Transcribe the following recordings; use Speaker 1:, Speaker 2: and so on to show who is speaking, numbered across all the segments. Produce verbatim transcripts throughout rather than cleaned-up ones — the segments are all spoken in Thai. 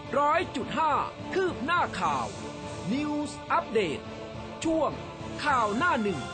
Speaker 1: ร้อยจุดห้าคืบหน้าข่าว News Update ช่วงข่าวหน้าหนึ่ง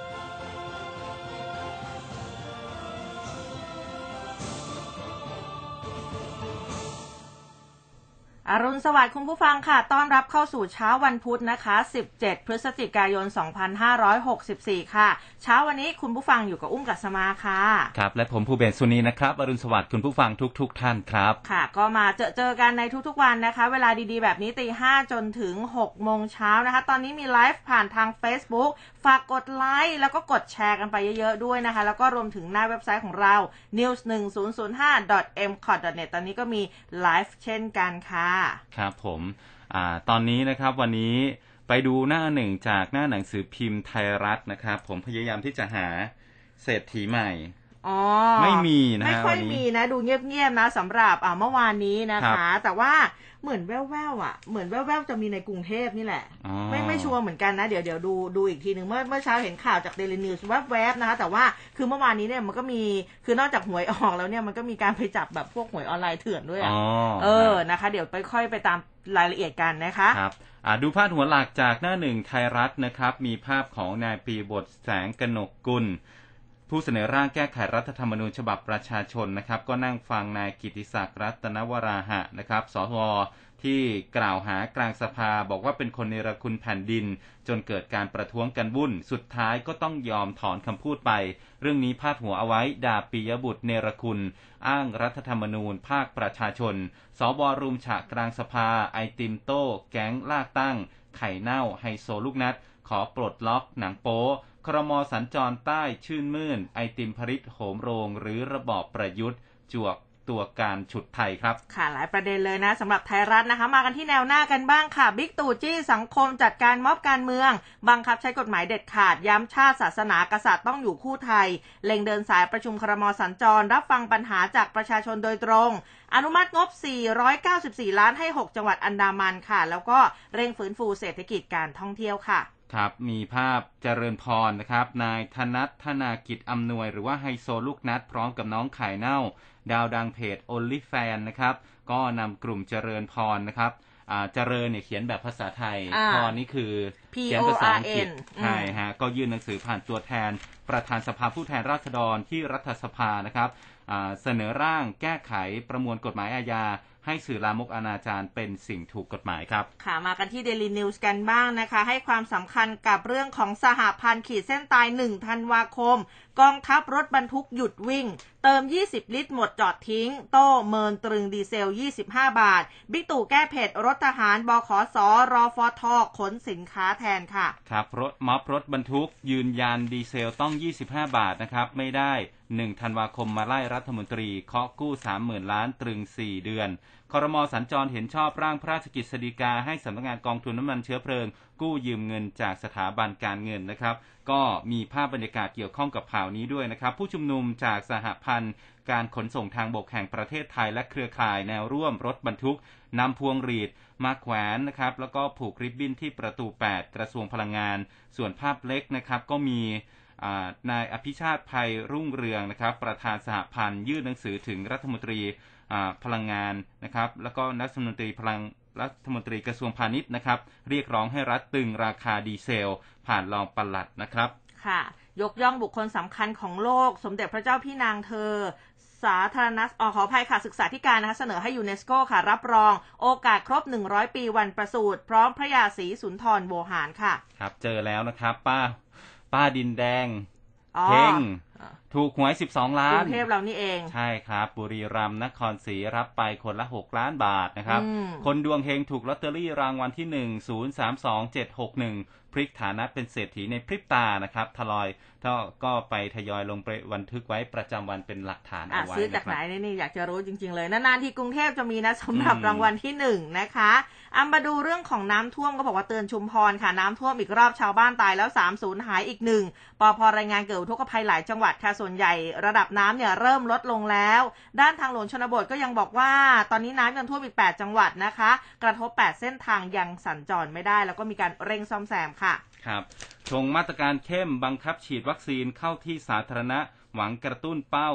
Speaker 2: อรุณสวัสดิ์คุณผู้ฟังค่ะต้อนรับเข้าสู่เช้าวันพุธนะคะสิบเจ็ดพฤศจิกายนสองพันห้าร้อยหกสิบสี่ค่ะเช้าวันนี้คุณผู้ฟังอยู่กับอุ้มกัสมาค่ะ
Speaker 3: ครับและผมภูเบศสุนีนะครับอรุณสวัสดิ์คุณผู้ฟังทุกๆ ท่านครับ
Speaker 2: ค่ะก็มาเจอเจอกันในทุกๆวันนะคะเวลาดีๆแบบนี้ตีห้าจนถึงหกโมงเช้านะคะตอนนี้มีไลฟ์ผ่านทาง Facebook ฝากกดไลค์แล้วก็กดแชร์กันไปเยอะๆด้วยนะคะแล้วก็รวมถึงหน้าเว็บไซต์ของเรา นิวส์หนึ่งศูนย์ศูนย์ห้า ดอท เอ็ม คอท ดอท เน็ต ตอนนี้ก็มีไลฟ์เช่นกันค่ะ
Speaker 3: ครับผมอ่าตอนนี้นะครับวันนี้ไปดูหน้าหนึ่งจากหน้าหนังสือพิมพ์ไทยรัฐนะครับผมพยายามที่จะหาเศรษฐีใหม่
Speaker 2: อ๋อ
Speaker 3: ไม่มีนะ
Speaker 2: ไม่ค่อยมีนะดูเงียบๆนะสำหรับอ่าเมื่อวานนี้นะคะแต่ว่าเหมือนแว่วๆอ่ะเหมือนแว่วๆจะมีในกรุงเทพนี่แหละไม่ไม่ชัวร์เหมือนกันนะเดี๋ยวเดี๋ยวดูดูอีกทีนึงเมื่อเมื่อเช้าเห็นข่าวจาก Daily News แวบๆนะคะแต่ว่าคือเมื่อวานนี้เนี่ยมันก็มีคือนอกจากหวยออกแล้วเนี่ยมันก็มีการไปจับแบบพวกหวยออนไลน์เถื่อนด้วยอ่ะเออนะคะเดี๋ยวไปค่อยไปตามรายละเอียดกันนะคะ
Speaker 3: ครับดูพาดหัวหลักจากหน้าหนึ่งไทยรัฐนะครับมีภาพของนายปีบดแสงกนกกุลผู้เสนอร่างแก้ไขรัฐธรรมนูญฉบับประชาชนนะครับก็นั่งฟังนายกิติศักดิ์รัตนวราหะนะครับสวที่กล่าวหากลางสภาบอกว่าเป็นคนเนรคุณแผ่นดินจนเกิดการประท้วงกันวุ่นสุดท้ายก็ต้องยอมถอนคำพูดไปเรื่องนี้พาดหัวเอาไว้ด่าปิยบุตรเนรคุณอ้างรัฐธรรมนูญภาคประชาชนสวรุมฉะกลางสภาไอติมโต้แก๊งลากตั้งไข่เน่าไฮโซลูกนัดขอปลดล็อกหนังโป๊ครม.สัญจรใต้ชื่นมื่นไอติมผลิตโหมโรงหรือระบอบประยุทธ์จวกตัวการฉุดไทยครับ
Speaker 2: ค่ะหลายประเด็นเลยนะสำหรับไทยรัฐนะคะมากันที่แนวหน้ากันบ้างค่ะบิ๊กตู่จี้สังคมจัดการม็อบการเมืองบังคับใช้กฎหมายเด็ดขาดย้ำชาติศาสนากษัตริย์ต้องอยู่คู่ไทยเล็งเดินสายประชุมครม.สัญจรรับฟังปัญหาจากประชาชนโดยตรงอนุมัติงบสี่ร้อยเก้าสิบสี่ล้านให้หกจังหวัดอันดามันค่ะแล้วก็เร่งฟื้นฟูเศรษฐกิจการท่องเที่ยวค่ะ
Speaker 3: ครับมีภาพเจริญพรนะครับนายธนัทธนากิจอำนวยหรือว่าไฮโซลูกนัดพร้อมกับน้องไข่เน่าดาวดังเพจ OnlyFans นะครับก็นำกลุ่มเจริญพรนะครับอ่าเจริญเนี่ยเขียนแบบภาษาไทยพรนี่คือเขียนภาษาอังกฤษใช่ฮะก็ยื่นหนังสือผ่านตัวแทนประธานสภาผู้แทนราษฎรที่รัฐสภานะครับอ่าเสนอร่างแก้ไขประมวลกฎหมายอาญาให้สื่อลามกอนาจารเป็นสิ่งถูกกฎหมายครับ
Speaker 2: ค่ะมากันที่ Daily News กันบ้างนะคะให้ความสำคัญกับเรื่องของสหพันธ์ขีดเส้นตายหนึ่งธันวาคมกองทัพรถบรรทุกหยุดวิ่งเติมยี่สิบลิตรหมดจอดทิ้งโต้เมินตรึงดีเซลยี่สิบห้าบาทบิ๊กตู่แก้เผ็ดรถทหารบขสรฟทขนสินค้าแทนค่ะ
Speaker 3: ครับรถม็อบรถบรรทุกยืนยันดีเซลต้องยี่สิบห้าบาทนะครับไม่ได้หนึ่งธันวาคมมาไล่รัฐมนตรีเคาะกู้ สามหมื่น ล้านตรึงสี่เดือนครม.สัญจรเห็นชอบร่างพระราชกฤษฎีกาให้สำนักงานกองทุนน้ำมันเชื้อเพลิงกู้ยืมเงินจากสถาบันการเงินนะครับก็มีภาพบรรยากาศเกี่ยวข้องกับข่าวนี้ด้วยนะครับผู้ชุมนุมจากสหพันธ์การขนส่งทางบกแห่งประเทศไทยและเครือข่ายแนวร่วมรถบรรทุกนำพวงหรีดมาแขวนนะครับแล้วก็ผูกริบบิ้นที่ประตูแปดกระทรวงพลังงานส่วนภาพเล็กนะครับก็มีนายอภิชาติภัยรุ่งเรืองนะครับประธานสหพันธ์ยื่นหนังสือถึงรัฐมนตรีพลังงานนะครับแล้วก็รัฐมนตรีพลังรัฐมนตรีกระทรวงพาณิชย์นะครับเรียกร้องให้รัฐตึงราคาดีเซลผ่านรองปลัดนะครับ
Speaker 2: ค่ะยกย่องบุคคลสำคัญของโลกสมเด็จพระเจ้าพี่นางเธอสาธารณอ๋อขออภัยค่ะศึกษาธิการนะคะเสนอให้ยูเนสโกค่ะรับรองโอกาสครบหนึ่งร้อยปีวันประสูติพร้อมพระยาศรีสุนทรโวหารค่ะ
Speaker 3: ครับเจอแล้วนะครับป้าป้าดินแดงเฮงถูกหวยสิบสองล้าน
Speaker 2: กรุงเทพเรานี่เอง
Speaker 3: ใช่ครับบุรีรัมย์นครศรีรับไปคนละหกล้านบาทนะครับคนดวงเฮงถูกลอตเตอรี่รางวัลที่หนึ่ง ศูนย์ สาม สอง เจ็ด หก หนึ่งพลิกฐานะเป็นเศรษฐีในพริบตานะครับทลอยก็ไปทยอยลงไปบันทึกไว้ประจำวันเป็นหลักฐานเอาไว้
Speaker 2: ซื้อจากไหนนี่อยากจะรู้จริงๆเลยนานๆที่กรุงเทพจะมีนะสำหรับรางวัลที่หนึ่งนะคะอ่ะมาดูเรื่องของน้ำท่วมก็บอกว่าเตือนชุมพรค่ะน้ำท่วมอีกรอบชาวบ้านตายแล้วสามสูญหายอีกหนึ่งปภ.รายงานเกิดอุทกภัยหลายจังหวัดค่ะส่วนใหญ่ระดับน้ำเนี่ยเริ่มลดลงแล้วด้านทางหลวงชนบทก็ยังบอกว่าตอนนี้น้ำยังท่วมอีกแปดจังหวัดนะคะกระทบแปดเส้นทางยังสัญจรไม่ได้แล้วก็มีการเร่งซ่อมแซมค่ะ
Speaker 3: ครับชงมาตรการเข้มบังคับฉีดวัคซีนเข้าที่สาธารณะหวังกระตุ้นเป้า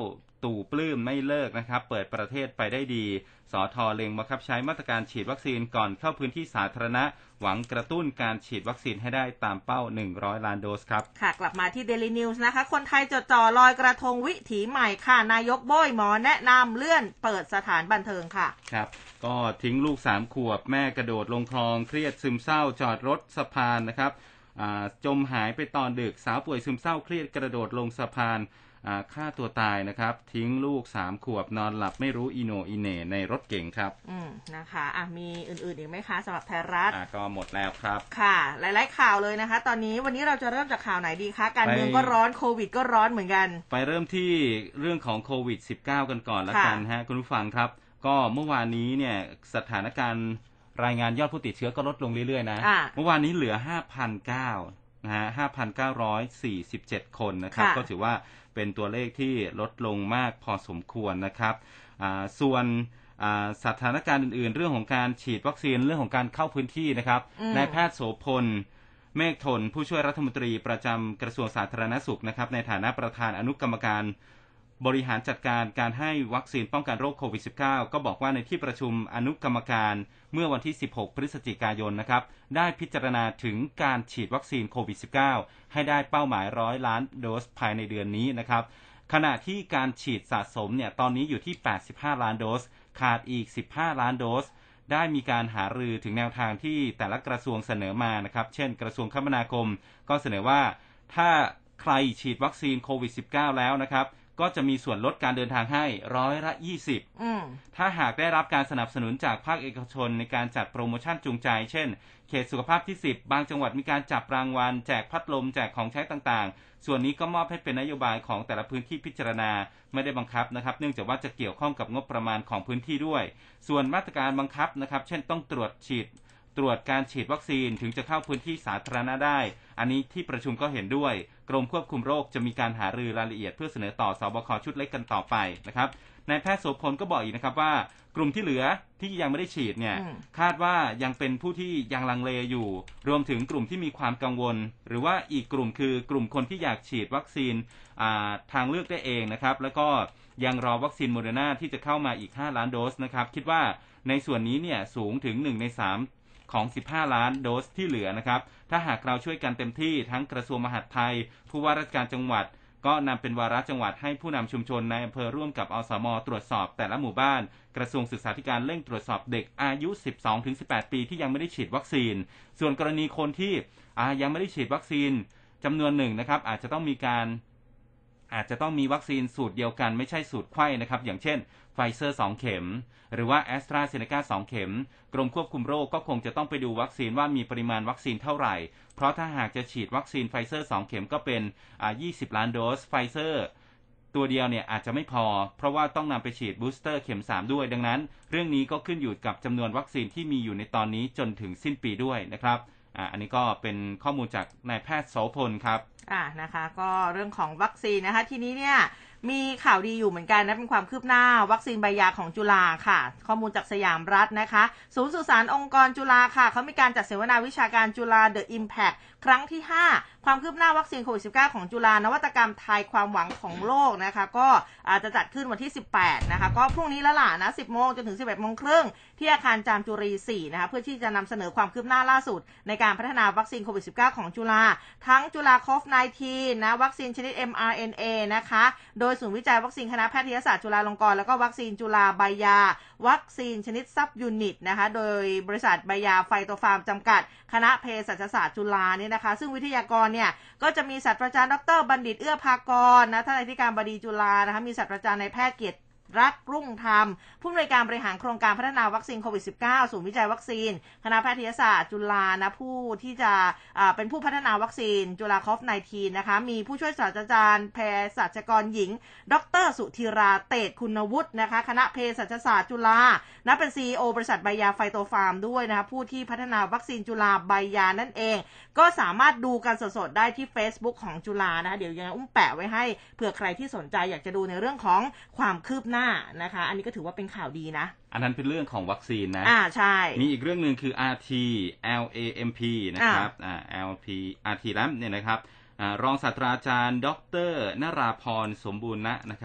Speaker 3: ตู่ปลื้มไม่เลิกนะครับเปิดประเทศไปได้ดีสท.เล็งบังคับใช้มาตรการฉีดวัคซีนก่อนเข้าพื้นที่สาธารณะหวังกระตุ้นการฉีดวัคซีนให้ได้ตามเป้าหนึ่งร้อยล้านโดสครับ
Speaker 2: ค่ะกลับมาที่ Daily News นะคะคนไทยจดจ่อลอยกระทงวิถีใหม่ค่ะนายกโบยหมอแนะนำเลื่อนเปิดสถานบันเทิงค่ะ
Speaker 3: ครับก็ทิ้งลูกสามขวบแม่กระโดดลงคลองเครียดซึมเศร้าจอดรถสะพานนะครับจมหายไปตอนดึกสาวป่วยซึมเศร้าเครียดกระโดดลงสะพานฆ่าตัวตายนะครับทิ้งลูกสามขวบนอนหลับไม่รู้อีโนอีเหน่ในรถเก๋งครับ
Speaker 2: อืมนะคะอ่ะมีอื่นๆอีกไหมคะสำหรับไทยรัฐ
Speaker 3: อ่ะก็หมดแล้วครับ
Speaker 2: ค่ะหลายๆข่าวเลยนะคะตอนนี้วันนี้เราจะเริ่มจากข่าวไหนดีคะการเมืองก็ร้อนโควิดก็ร้อนเหมือนกัน
Speaker 3: ไปเริ่มที่เรื่องของโควิด สิบเก้า กันก่อนแล้วกันฮะคุณผู้ฟังครับก็เมื่อวานนี้เนี่ยสถานการณ์รายงานยอดผู้ติดเชื้อก็ลดลงเรื่อยๆนะเมื่อวานนี้เหลือ ห้าพันเก้าร้อย นะฮะ ห้าพันเก้าร้อยสี่สิบเจ็ด คนนะครับก็ถือว่าเป็นตัวเลขที่ลดลงมากพอสมควรนะครับส่วนสถานการณ์อื่นๆเรื่องของการฉีดวัคซีนเรื่องของการเข้าพื้นที่นะครับนายแพทย์โสพลเมฆทนผู้ช่วยรัฐมนตรีประจำกระทรวงสาธารณสุขนะครับในฐานะประธานอนุกรรมการบริหารจัดการการให้วัคซีนป้องกันโรคโควิด สิบเก้า ก็บอกว่าในที่ประชุมอนุกรรมการเมื่อวันที่สิบหกพฤศจิกายนนะครับได้พิจารณาถึงการฉีดวัคซีนโควิด สิบเก้า ให้ได้เป้าหมายร้อยล้านโดสภายในเดือนนี้นะครับขณะที่การฉีดสะสมเนี่ยตอนนี้อยู่ที่แปดสิบห้าล้านโดสขาดอีกสิบห้าล้านโดสได้มีการหารือถึงแนวทางที่แต่ละกระทรวงเสนอมานะครับเช่นกระทรวงคมนาคมก็เสนอว่าถ้าใครฉีดวัคซีนโควิด สิบเก้า แล้วนะครับก็จะมีส่วนลดการเดินทางให้ร้อยละยี่สิบถ้าหากได้รับการสนับสนุนจากภาคเอกชนในการจัดโปรโมชั่นจูงใจเช่นเขตสุขภาพที่สิบบางจังหวัดมีการจับรางวัลแจกพัดลมแจกของใช้ต่างๆส่วนนี้ก็มอบให้เป็นนโยบายของแต่ละพื้นที่พิจารณาไม่ได้บังคับนะครับเนื่องจากว่าจะเกี่ยวข้องกับงบประมาณของพื้นที่ด้วยส่วนมาตรการบังคับนะครับเช่นต้องตรวจฉีดตรวจการฉีดวัคซีนถึงจะเข้าพื้นที่สาธารณะได้อันนี้ที่ประชุมก็เห็นด้วยกรมควบคุมโรคจะมีการหารือรายละเอียดเพื่อเสนอต่อสบคชุดเล็กกันต่อไปนะครับนายแพทย์โสพลก็บอกอีกนะครับว่ากลุ่มที่เหลือที่ยังไม่ได้ฉีดเนี่ยคาดว่ายังเป็นผู้ที่ยังลังเลอยู่รวมถึงกลุ่มที่มีความกังวลหรือว่าอีกกลุ่มคือกลุ่มคนที่อยากฉีดวัคซีนทางเลือกได้เองนะครับแล้วก็ยังรอวัคซีนโมเดอร์นาที่จะเข้ามาอีกห้าล้านโดสนะครับคิดว่าในส่วนนี้เนี่ยสูงถึงหนึ่งในสามของสิบห้าล้านโดสที่เหลือนะครับถ้าหากเราช่วยกันเต็มที่ทั้งกระทรวงมหาดไทยผู้ว่าราชการจังหวัดก็นำเป็นวาระจังหวัดให้ผู้นำชุมชนในอำเภอร่วมกับอสม.ตรวจสอบแต่ละหมู่บ้านกระทรวงศึกษาธิการเร่งตรวจสอบเด็กอายุ สิบสองถึงสิบแปด ปีที่ยังไม่ได้ฉีดวัคซีนส่วนกรณีคนที่ยังไม่ได้ฉีดวัคซีนจำนวนหนึ่งนะครับอาจจะต้องมีการอาจจะต้องมีวัคซีนสูตรเดียวกันไม่ใช่สูตรไข้นะครับอย่างเช่นไฟเซอร์สองเข็มหรือว่าแอสตราเซเนกาสองเข็มกรมควบคุมโรคก็คงจะต้องไปดูวัคซีนว่ามีปริมาณวัคซีนเท่าไหร่เพราะถ้าหากจะฉีดวัคซีนไฟเซอร์สองเข็มก็เป็นอ่ายี่สิบล้านโดสไฟเซอร์ตัวเดียวเนี่ยอาจจะไม่พอเพราะว่าต้องนำไปฉีดบูสเตอร์เข็มสามด้วยดังนั้นเรื่องนี้ก็ขึ้นอยู่กับจำนวนวัคซีนที่มีอยู่ในตอนนี้จนถึงสิ้นปีด้วยนะครับอ่าอันนี้ก็เป็นข้อมูลจากนายแพทย์โสพลครับ
Speaker 2: อ่านะคะก็เรื่องของวัคซีนนะคะทีนี้เนี่ยมีข่าวดีอยู่เหมือนกันนะเป็นความคืบหน้าวัคซีนใบยาของจุฬาค่ะข้อมูลจากสยามรัฐนะคะศูนย์สื่อสารองค์กรจุฬาค่ะเขามีการจัดเสวนาวิชาการจุฬา The Impact ครั้งที่ห้าความคืบหน้าวัคซีนโควิด สิบเก้า ของจุฬานวัตกรรมไทยความหวังของโลกนะคะก็อาจจะจัดขึ้นวันที่สิบแปดนะคะก็พรุ่งนี้แล้วล่ะนะ สิบโมงจนถึง สิบเอ็ดโมงครึ่งที่อาคารจามจุรีสี่นะคะเพื่อที่จะนำเสนอความคืบหน้าล่าสุดในการพัฒนาวัคซีนโควิด สิบเก้า ของจุฬาทั้งจุฬาโคฟ สิบเก้า นะวัคซีนชนิด เอ็ม อาร์ เอ็น เอ นะคะโดยศูนย์วิจัยวัคซีนคณะแพทยศาสตร์จุฬาลงกรณ์แล้วก็วัคซีนจุฬาใบยาวัคซีนชนิดซับยูนิตนะคะโดยบริษัทใบยาไฟโตฟาร์มจำกัดคณะเภสัชศาสตร์จุฬาเนี่ยนะคะซึ่งวิทยากรเนี่ยก็จะมีศาสตราจารย์ดรบัณฑิตเอื้อภากรนะท่านอธิการบดีจุฬานะคะมีศาสตราจารย์นายแพทย์เกียรติรักรุ่งธรรมผู้อำนวยการบริหารโครงการพัฒนาวัคซีนโควิด สิบเก้า ศูนย์วิจัยวัคซีนคณะแพทยศาสตร์จุฬานะผู้ที่จะเป็นผู้พัฒนาวัคซีนจุฬาโคฟ สิบเก้า นะคะมีผู้ช่วยศาสตราจารย์เภสัชกรหญิงดรสุธีราเตศคุณวุฒินะคะคณะเภสัชศาสตร์จุฬานะเป็น ซี อี โอ บริษัทใบยาไฟโตฟาร์มด้วยนะคะผู้ที่พัฒนาวัคซีนจุฬาใบยานั่นเองก็สามารถดูกันสดๆได้ที่ Facebook ของจุฬานะคะเดี๋ยวยังอุ้มแปะไว้ให้เผื่อใครที่สนใจอยากจะดูในเรื่องของความคืบหน้านะคะอันนี้ก็ถือว่าเป็นข่าวดีนะ
Speaker 3: อันนั้นเป็นเรื่องของวัคซีนนะ
Speaker 2: อ่าใช่
Speaker 3: มีอีกเรื่องนึงคือ อาร์ ที แอล เอ เอ็ม พี นะครับอ่า แอล พี อาร์ ที แล้วเนี่ยนะครับอ่ารองศาสตราจารย์ดร.นราพรสมบูรณะนะครับ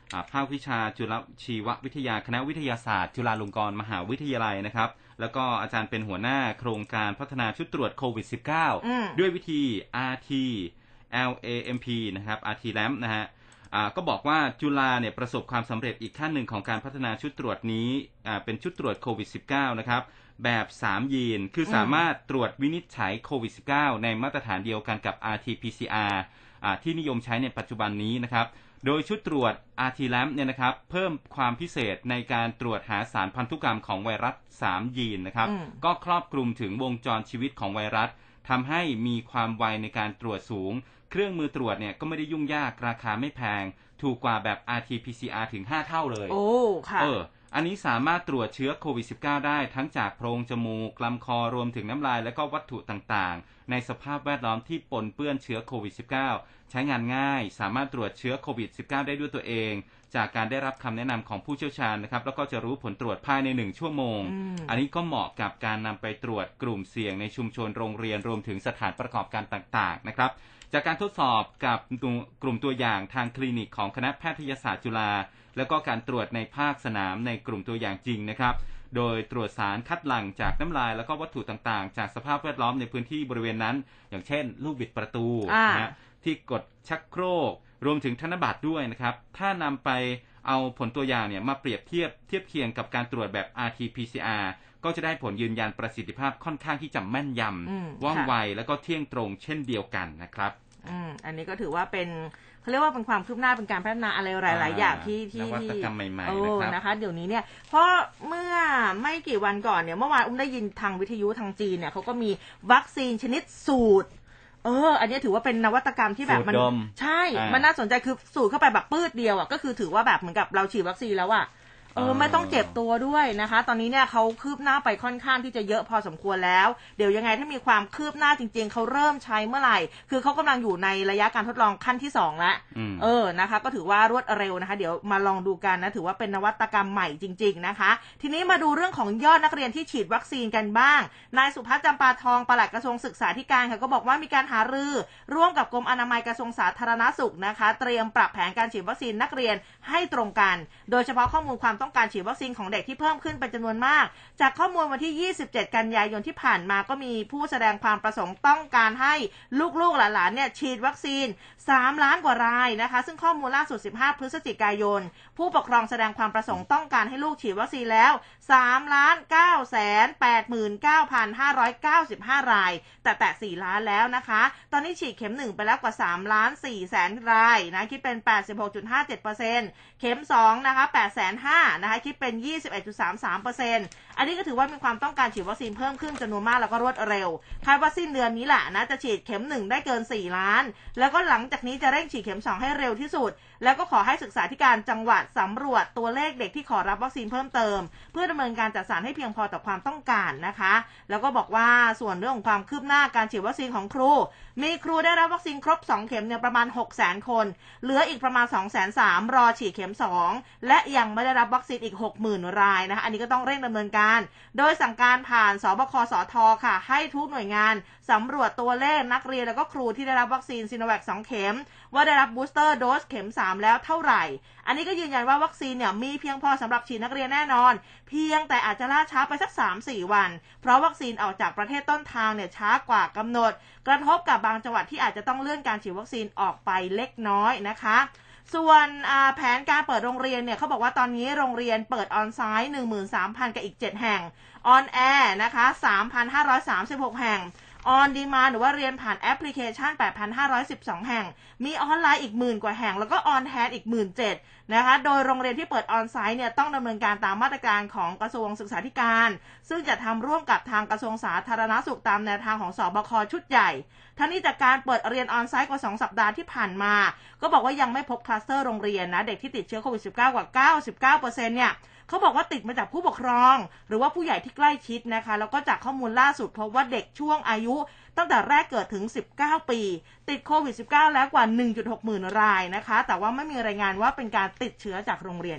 Speaker 3: ภาควิชาจุลชีววิทยาคณะวิทยาศาสตร์จุฬาลงกรณ์มหาวิทยาลัยนะครับแล้วก็อาจารย์เป็นหัวหน้าโครงการพัฒนาชุดตรวจโควิด สิบเก้า ด้วยวิธี อาร์ ที แอล เอ เอ็ม พี นะครับ อาร์ ที แลม นะฮะก็บอกว่าจุฬาเนี่ยประสบความสำเร็จอีกขั้นหนึ่งของการพัฒนาชุดตรวจนี้เป็นชุดตรวจโควิด สิบเก้า นะครับแบบสามยีนคือสามารถตรวจวินิจฉัยโควิด สิบเก้า ในมาตรฐานเดียวกันกับ อาร์ ที พี ซี อาร์ ที่นิยมใช้ในปัจจุบันนี้นะครับโดยชุดตรวจ อาร์ ที แลม เนี่ยนะครับเพิ่มความพิเศษในการตรวจหาสารพันธุกรรมของไวรัสสามยีนนะครับก็ครอบคลุมถึงวงจรชีวิตของไวรัสทำให้มีความไวในการตรวจสูงเครื่องมือตรวจเนี่ยก็ไม่ได้ยุ่งยากราคาไม่แพงถูกกว่าแบบ อาร์ ที พี ซี อาร์ ถึงห้าเท่าเลย
Speaker 2: โอ้ค่ะ
Speaker 3: เอออันนี้สามารถตรวจเชื้อโควิด สิบเก้า ได้ทั้งจากโพรงจมูกลำคอรวมถึงน้ำลายและก็วัตถุต่างๆในสภาพแวดล้อมที่ปนเปื้อนเชื้อโควิด สิบเก้า ใช้งานง่ายสามารถตรวจเชื้อโควิด สิบเก้า ได้ด้วยตัวเองจากการได้รับคำแนะนำของผู้เชี่ยวชาญนะครับแล้วก็จะรู้ผลตรวจภายในหนึ่งชั่วโมง อ, อันนี้ก็เหมาะกับการนำไปตรวจกลุ่มเสี่ยงในชุมชนโรงเรียนรวมถึงสถานประกอบการต่างๆนะครับจากการทดสอบกับกลุ่มตัวอย่างทางคลินิกของคณะแพทยศาสตร์จุฬาแล้วก็การตรวจในภาคสนามในกลุ่มตัวอย่างจริงนะครับโดยตรวจสารคัดหลั่งจากน้ำลายแล้วก็วัตถุต่างๆจากสภาพแวดล้อมในพื้นที่บริเวณนั้นอย่างเช่นลูกบิดประตูนะฮะที่กดชักโครกรวมถึงธนบัตรด้วยนะครับถ้านำไปเอาผลตัวอย่างเนี่ยมาเปรียบเทียบเทียบเคียงกับการตรวจแบบ อาร์ ที พี ซี อาร์ ก็จะได้ผลยืนยันประสิทธิภาพค่อนข้างที่จะแม่นยำว่องไวแล้วก็เที่ยงตรงเช่นเดียวกันนะครับ
Speaker 2: อืมอันนี้ก็ถือว่าเป็นเขาเรียกว่าเป็นความคืบหน้าเป็นการพัฒนาอะไรหลายๆอย่างที่ที่
Speaker 3: นวัตกรรมใหม่ๆ
Speaker 2: นะครับนะคะเดี๋ยวนี้เนี่ยเพราะเมื่อไม่กี่วันก่อนเนี่ยเมื่อวานอุ้มได้ยินทางวิทยุทางจีนเนี่ยเขาก็มีวัคซีนชนิดสูตรเอออันนี้ถือว่าเป็นนวัตกรรมที่แบบมันใช่มันน่าสนใจคือสูตรเข้าไปแบบปื้ดเดียวอ่ะก็คือถือว่าแบบเหมือนกับเราฉีดวัคซีนแล้วอ่ะเออไม่ต้องเจ็บตัวด้วยนะคะตอนนี้เนี่ยเขาคืบหน้าไปค่อนข้างที่จะเยอะพอสมควรแล้วเดี๋ยวยังไงถ้ามีความคืบหน้าจริงๆเขาเริ่มใช้เมื่อไหร่คือเขากำลังอยู่ในระยะการทดลองขั้นที่สองแล้วเออนะคะก็ถือว่ารวดเร็วนะคะเดี๋ยวมาลองดูกันนะถือว่าเป็นนวัตกรรมใหม่จริงๆนะคะทีนี้มาดูเรื่องของยอดนักเรียนที่ฉีดวัคซีนกันบ้างนายสุพัฒน์จำปาทองปลัดกระทรวงศึกษาธิการค่ะก็บอกว่ามีการหารือร่วมกับกรมอนามัยกระทรวงสาธารณสุขนะคะเตรียมปรับแผนการฉีดวัคซีนนักเรียนให้ตรงกันโดยเฉพาะข้อมูลความต้องการฉีดวัคซีนของเด็กที่เพิ่มขึ้นเป็นจำนวนมากจากข้อมูลวันที่ยี่สิบเจ็ดกันยายนที่ผ่านมาก็มีผู้แสดงความประสงค์ต้องการให้ลูกๆหลานๆเนี่ยฉีดวัคซีนสามล้านกว่ารายนะคะซึ่งข้อมูลล่าสุดสิบห้าพฤศจิกายนผู้ปกครองแสดงความประสงค์ต้องการให้ลูกฉีดวัคซีนแล้วสามล้านเก้าแสนแปดหมื่นเก้าพันห้าร้อยเก้าสิบห้ารายแต่แตะสี่ล้านแล้วนะคะตอนนี้ฉีดเข็มหนึ่งไปแล้วกว่าสามล้านสี่แสนรายนะคิดเป็น แปดสิบหกจุดห้าเจ็ดเปอร์เซ็นต์ เข็มสองนะคะ แปดแสนห้าหมื่น นะคะคิดเป็น ยี่สิบเอ็ดจุดสามสามเปอร์เซ็นต์ อันนี้ก็ถือว่ามีความต้องการฉีดวัคซีนเพิ่มขึ้นจำนวนมากแล้วก็รวดเร็วคาดว่าสิ้นเดือนนี้แหละนะจะฉีดเข็มหนึ่งได้เกินสี่ล้านแล้วก็หลังจากนี้จะเร่งฉีดเข็มสองให้เร็วที่สุดแล้วก็ขอให้ศึกษาธิการจังหวัดสำรวจตัวเลขเด็กที่ขอรับวัคซีนเพิ่มเติมเพื่อดำเนินการจัดสรรให้เพียงพอต่อความต้องการนะคะแล้วก็บอกว่าส่วนเรื่องของความคืบหน้าการฉีดวัคซีนของครูมีครูได้รับวัคซีนครบสองเข็มเนี่ยประมาณ หกแสน คนเหลืออีกประมาณ สองแสนสามหมื่น รอฉีดเข็มสองและยังไม่ได้รับวัคซีนอีก หกหมื่น รายนะคะอันนี้ก็ต้องเร่งดำเนินการโดยสั่งการผ่านสบคสทค่ะให้ทุกหน่วยงานสำรวจตัวเลขนักเรียนแล้วก็ครูที่ได้รับวัคซีนซิโนแวคสองเข็มว่าได้รับบูสเตอร์โดสเข็มสามแล้วเท่าไหร่อันนี้ก็ยืนยันว่าวัคซีนเนี่ยมีเพียงพอสำหรับฉีดนักเรียนแน่นอนเพียงแต่อาจจะล่าช้าไปสัก สามถึงสี่ วันเพราะวัคซีนออกจากประเทศต้นทางเนี่ยช้ากว่ากำหนดกระทบกับบางจังหวัดที่อาจจะต้องเลื่อนการฉีดวัคซีนออกไปเล็กน้อยนะคะส่วนแผนการเปิดโรงเรียนเนี่ยเขาบอกว่าตอนนี้โรงเรียนเปิดออนไซต์ หนึ่งหมื่นสามพัน กับอีกเจ็ดแห่งออนแอร์นะคะ สามพันห้าร้อยสามสิบหก แห่งออนดีมานด์หรือว่าเรียนผ่านแอปพลิเคชัน แปดพันห้าร้อยสิบสอง แห่งมีออนไลน์อีกหมื่นกว่าแห่งแล้วก็ออนแฮนด์อีก หนึ่งหมื่นเจ็ดพัน นะคะโดยโรงเรียนที่เปิดออนไซต์เนี่ยต้องดำเนินการตามมาตรการของกระทรวงศึกษาธิการซึ่งจะทำร่วมกับทางกระทรวงสาธารณสุขตามแนวทางของสบคชุดใหญ่ทั้งนี้จากการเปิดเรียนออนไซต์กว่าสองสัปดาห์ที่ผ่านมาก็บอกว่ายังไม่พบคลัสเตอร์โรงเรียนนะเด็กที่ติดเชื้อโควิด สิบเก้า กว่า เก้าสิบเก้าเปอร์เซ็นต์ เนี่ยเขาบอกว่าติดมาจากผู้ปกครองหรือว่าผู้ใหญ่ที่ใกล้ชิดนะคะแล้วก็จากข้อมูลล่าสุดพบว่าเด็กช่วงอายุตั้งแต่แรกเกิดถึงสิบเก้าปีติดโควิด สิบเก้า แล้วกว่า หนึ่งจุดหก หมื่นรายนะคะแต่ว่าไม่มีรายงานว่าเป็นการติดเชื้อจากโรงเรียนค่ะ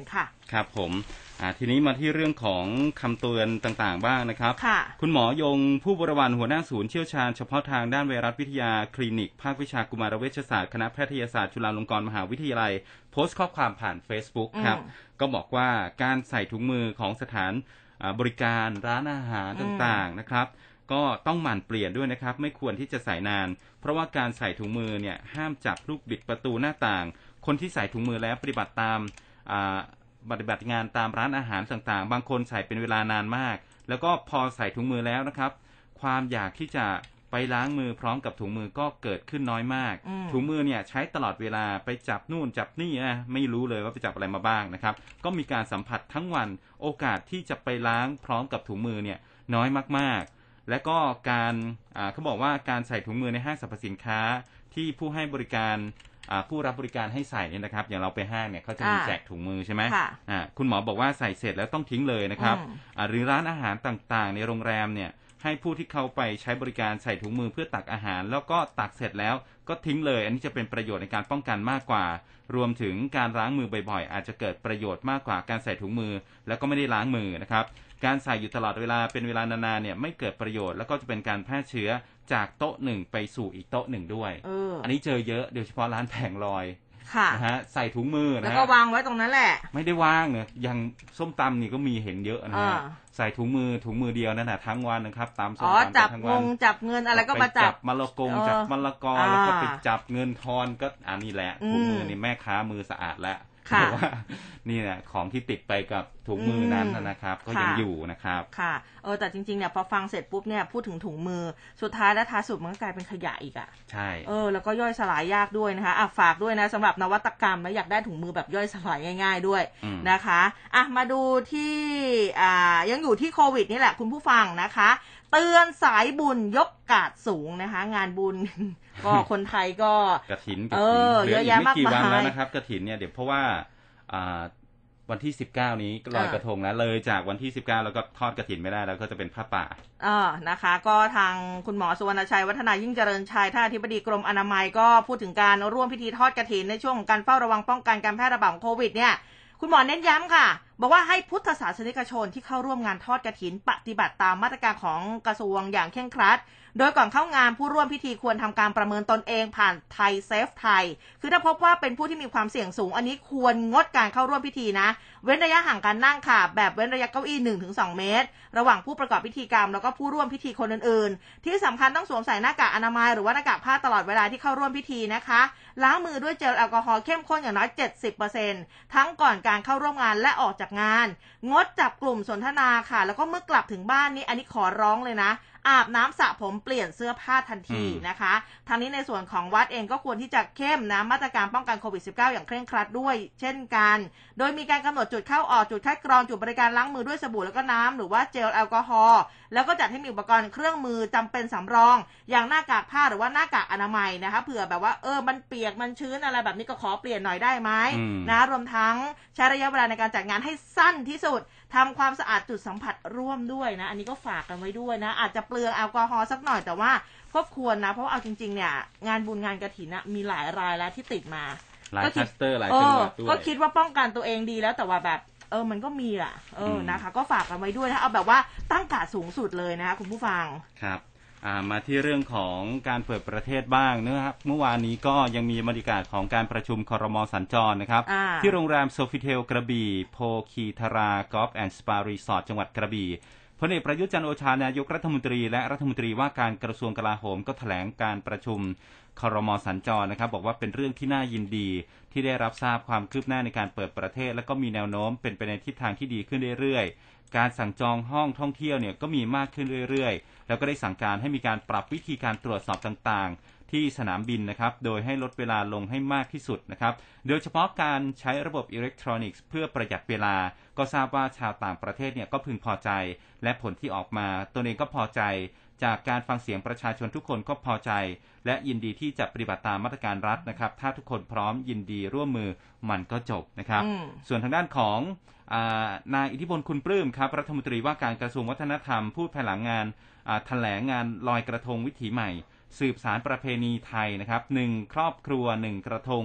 Speaker 3: ครับผมทีนี้มาที่เรื่องของคำเตือนต่างๆบ้างนะครับคุณหมอยงผู้บริวารหัวหน้าศูนย์เชี่ยวชาญเฉพาะทางด้านไวรัสวิทยาคลินิกภาควิชากุมารเวชศาสตร์คณะแพทยศาสตร์จุฬาลงกรณ์มหาวิทยาลัยโพสต์ข้อความผ่าน Facebook ครับก็บอกว่าการใส่ถุงมือของสถานบริการร้านอาหารต่างๆนะครับก็ต้องหมั่นเปลี่ยนด้วยนะครับไม่ควรที่จะใส่นานเพราะว่าการใส่ถุงมือเนี่ยห้ามจับลูกบิดประตูหน้าต่างคนที่ใส่ถุงมือแล้วปฏิบัติตามปฏิบัติงานตามร้านอาหารต่างๆบางคนใส่เป็นเวลานานมากแล้วก็พอใส่ถุงมือแล้วนะครับความอยากที่จะไปล้างมือพร้อมกับถุงมือก็เกิดขึ้นน้อยมากถุงมือเนี่ยใช้ตลอดเวลาไปจับนู่นจับนี่นะไม่รู้เลยว่าไปจับอะไรมาบ้างนะครับก็มีการสัมผัสทั้งวันโอกาสที่จะไปล้างพร้อมกับถุงมือเนี่ยน้อยมากๆและก็การเขาบอกว่าการใส่ถุงมือในห้างสรรพสินค้าที่ผู้ให้บริการผู้รับบริการให้ใส่เนี่ยนะครับอย่างเราไปห้างเนี่ยเขาจะมีแจกถุงมือใช่ไหมคุณหมอบอกว่าใส่เสร็จแล้วต้องทิ้งเลยนะครับหรือร้านอาหารต่างๆในโรงแรมเนี่ยให้ผู้ที่เข้าไปใช้บริการใส่ถุงมือเพื่อตักอาหารแล้วก็ตักเสร็จแล้วก็ทิ้งเลยอันนี้จะเป็นประโยชน์ในการป้องกันมากกว่ารวมถึงการล้างมือบ่อยๆอาจจะเกิดประโยชน์มากกว่าการใส่ถุงมือแล้วก็ไม่ได้ล้างมือนะครับการใส่อยู่ตลอดเวลาเป็นเวลานานๆเนี่ยไม่เกิดประโยชน์แล้วก็จะเป็นการแพร่เชื้อจากโต๊ะหนึ่งไปสู่อีกโต๊ะหนึ่งด้วยอออันนี้เจอเยอะโดยเฉพาะร้านแผงลอยนะฮะใส่ถุงมือนะ
Speaker 2: แล้วก็วางไว้ตรงนั้นแหละ
Speaker 3: ไม่ได้วางเนี่ยยังส้มตำนี่ก็มีเห็นเยอะนะฮะใส่ถุงมือถุงมือเดียวนั่นแหละทั้งวันนะครับตามส้มตำ
Speaker 2: จับงงจับเงินอะไรก็มาจับ
Speaker 3: มะละกงจับมะละกอแล้วก็ไปจับเงินทอนก็อันนี้แหละถุงมือนี่แม่ค้ามือสะอาดแล้วเพราะว่านี่แหละของที่ติดไปกับถุงมือนั้นนะครับก็ยังอยู่นะครับ
Speaker 2: ค่ะเออแต่จริงๆเนี่ยพอฟังเสร็จปุ๊บเนี่ยพูดถึงถุงมือสุดท้ายแล้วท้ายสุดมันก็กลายเป็นขยะอีกอ่ะ
Speaker 3: ใช่
Speaker 2: เออแล้วก็ย่อยสลายยากด้วยนะคะอ่ะฝากด้วยนะสำหรับนวัตกรรมแล้วอยากได้ถุงมือแบบย่อยสลายง่ายๆด้วยนะคะอ่ะมาดูที่อ่ายังอยู่ที่โควิดนี่แหละคุณผู้ฟังนะคะเตือนสายบุญยกกาดสูงนะคะงานบุญก็คนไทยก็
Speaker 3: กฐินกฐินเหลืออีกไม่กี่วันแล้วนะครับกฐินเนี่ยเดี๋ยวเพราะว่าวันที่สิบเก้านี้ลอยกระทงแล้วเลยจากวันที่สิบเก้าแล้วก็ทอดกฐินไม่ได้แล้วก็จะเป็นผ้าป่า
Speaker 2: อ่านะคะก็ทางคุณหมอสุวรรณชัยวัฒนายิ่งเจริญชัยท่านอธิบดีกรมอนามัยก็พูดถึงการร่วมพิธีทอดกฐินในช่วงของการเฝ้าระวังป้องกันการแพร่ระบาดของโควิดเนี่ยคุณหมอเน้นย้ำค่ะบอกว่าให้พุทธศาสนิกชนที่เข้าร่วมงานทอดกฐินปฏิบัติตามมาตรการของกระทรวงอย่างเคร่งครัดโดยก่อนเข้างานผู้ร่วมพิธีควรทำการประเมินตนเองผ่านไทยเซฟไทยคือถ้าพบว่าเป็นผู้ที่มีความเสี่ยงสูงอันนี้ควรงดการเข้าร่วมพิธีนะเว้นระยะห่างการนั่งค่ะแบบเว้นระยะเก้าอี้ หนึ่งถึงสอง เมตรระหว่างผู้ประกอบพิธีกรรมแล้วก็ผู้ร่วมพิธีคนอื่นๆที่สำคัญต้องสวมใส่หน้ากากอนามัยหรือว่าหน้ากากผ้าตลอดเวลาที่เข้าร่วมพิธีนะคะล้างมือด้วยเจลแอลกอฮอล์เข้มข้นอย่างน้อย เจ็ดสิบเปอร์เซ็นต์ ทั้งก่อนการเข้าร่วมงานและออกจากงานงดจับกลุ่มสนทนาค่ะแล้วก็เมื่อกลับถึงบ้านนี้อันนี้ขอร้องเลยนะอาบน้ำสระผมเปลี่ยนเสื้อผ้าทันทีนะคะทางนี้ในส่วนของวัดเองก็ควรที่จะเข้มนะมาตรการป้องกันโควิด สิบเก้า อย่างเคร่งครัดด้วยเช่นกันโดยมีการกำหนดจุดเข้าออกจุดคัดกรองจุดบริการล้างมือด้วยสบู่แล้วก็น้ำหรือว่าเจลแอลกอฮอล์แล้วก็จัดให้มีอุปกรณ์เครื่องมือจำเป็นสำรองอย่างหน้ากากผ้าหรือว่าหน้ากากอนามัยนะคะเผื่อแบบว่าเออมันเปียกมันชื้นอะไรแบบนี้ก็ขอเปลี่ยนหน่อยได้ไหมนะรวมทั้งใช้ระยะเวลาในการจัดงานให้สั้นที่สุดทำความสะอาดจุดสัมผัสร่วมด้วยนะอันนี้ก็ฝากกันไว้ด้วยนะอาจจะเปลืองแอลกอฮอล์สักหน่อยแต่ว่าก็ควรนะเพราะว่าเอาจริงๆเนี่ยงานบุญงานกฐินนะมีหลายรายแล้วที่ติดมา
Speaker 3: หลายคลัสเตอร์หลายจังหวัดด้วย
Speaker 2: ก็คิดว่าป้องกันตัวเองดีแล้วแต่ว่าแบบเออมันก็มีอ่ะเออนะคะก็ฝากกันไว้ด้วยนะเอาแบบว่าตั้งกาดสูงสุดเลยนะคะคุณผู้ฟัง
Speaker 3: ครับมาที่เรื่องของการเปิดประเทศบ้างนะครับเมื่อวานนี้ก็ยังมีบรรยากาศของการประชุมครม.สัญจรนะครับที่โรงแรมโซฟิเทลกระบี่โพคีธารากอล์ฟแอนด์สปารีสอร์ทจังหวัดกระบี่พลเอกประยุทธ์จันทร์โอชานายกรัฐมนตรีและรัฐมนตรีว่าการกระทรวงกลาโหมก็แถลงการประชุมครม.สัญจรนะครับบอกว่าเป็นเรื่องที่น่ายินดีที่ได้รับทราบความคืบหน้าในการเปิดประเทศและก็มีแนวโน้มเป็นไปในทิศทางที่ดีขึ้นเรื่อยๆการสั่งจองห้องท่องเที่ยวเนี่ยก็มีมากขึ้นเรื่อยๆแล้วก็ได้สั่งการให้มีการปรับวิธีการตรวจสอบต่างๆที่สนามบินนะครับโดยให้ลดเวลาลงให้มากที่สุดนะครับโดยเฉพาะการใช้ระบบอิเล็กทรอนิกส์เพื่อประหยัดเวลาก็ทราบว่าชาวต่างประเทศเนี่ยก็พึงพอใจและผลที่ออกมาตัวเองก็พอใจจากการฟังเสียงประชาชนทุกคนก็พอใจและยินดีที่จะปฏิบัติตามมาตรการรัฐนะครับถ้าทุกคนพร้อมยินดีร่วมมือมันก็จบนะครับส่วนทางด้านของนายอิทธิพลคุณปลื้มครับรัฐมนตรีว่าการกระทรวงวัฒนธรรมพูดภายหลังงานแถลงงานลอยกระทงวิถีใหม่สืบสารประเพณีไทยนะครับหนึ่งครอบครัวหนึ่งกระทง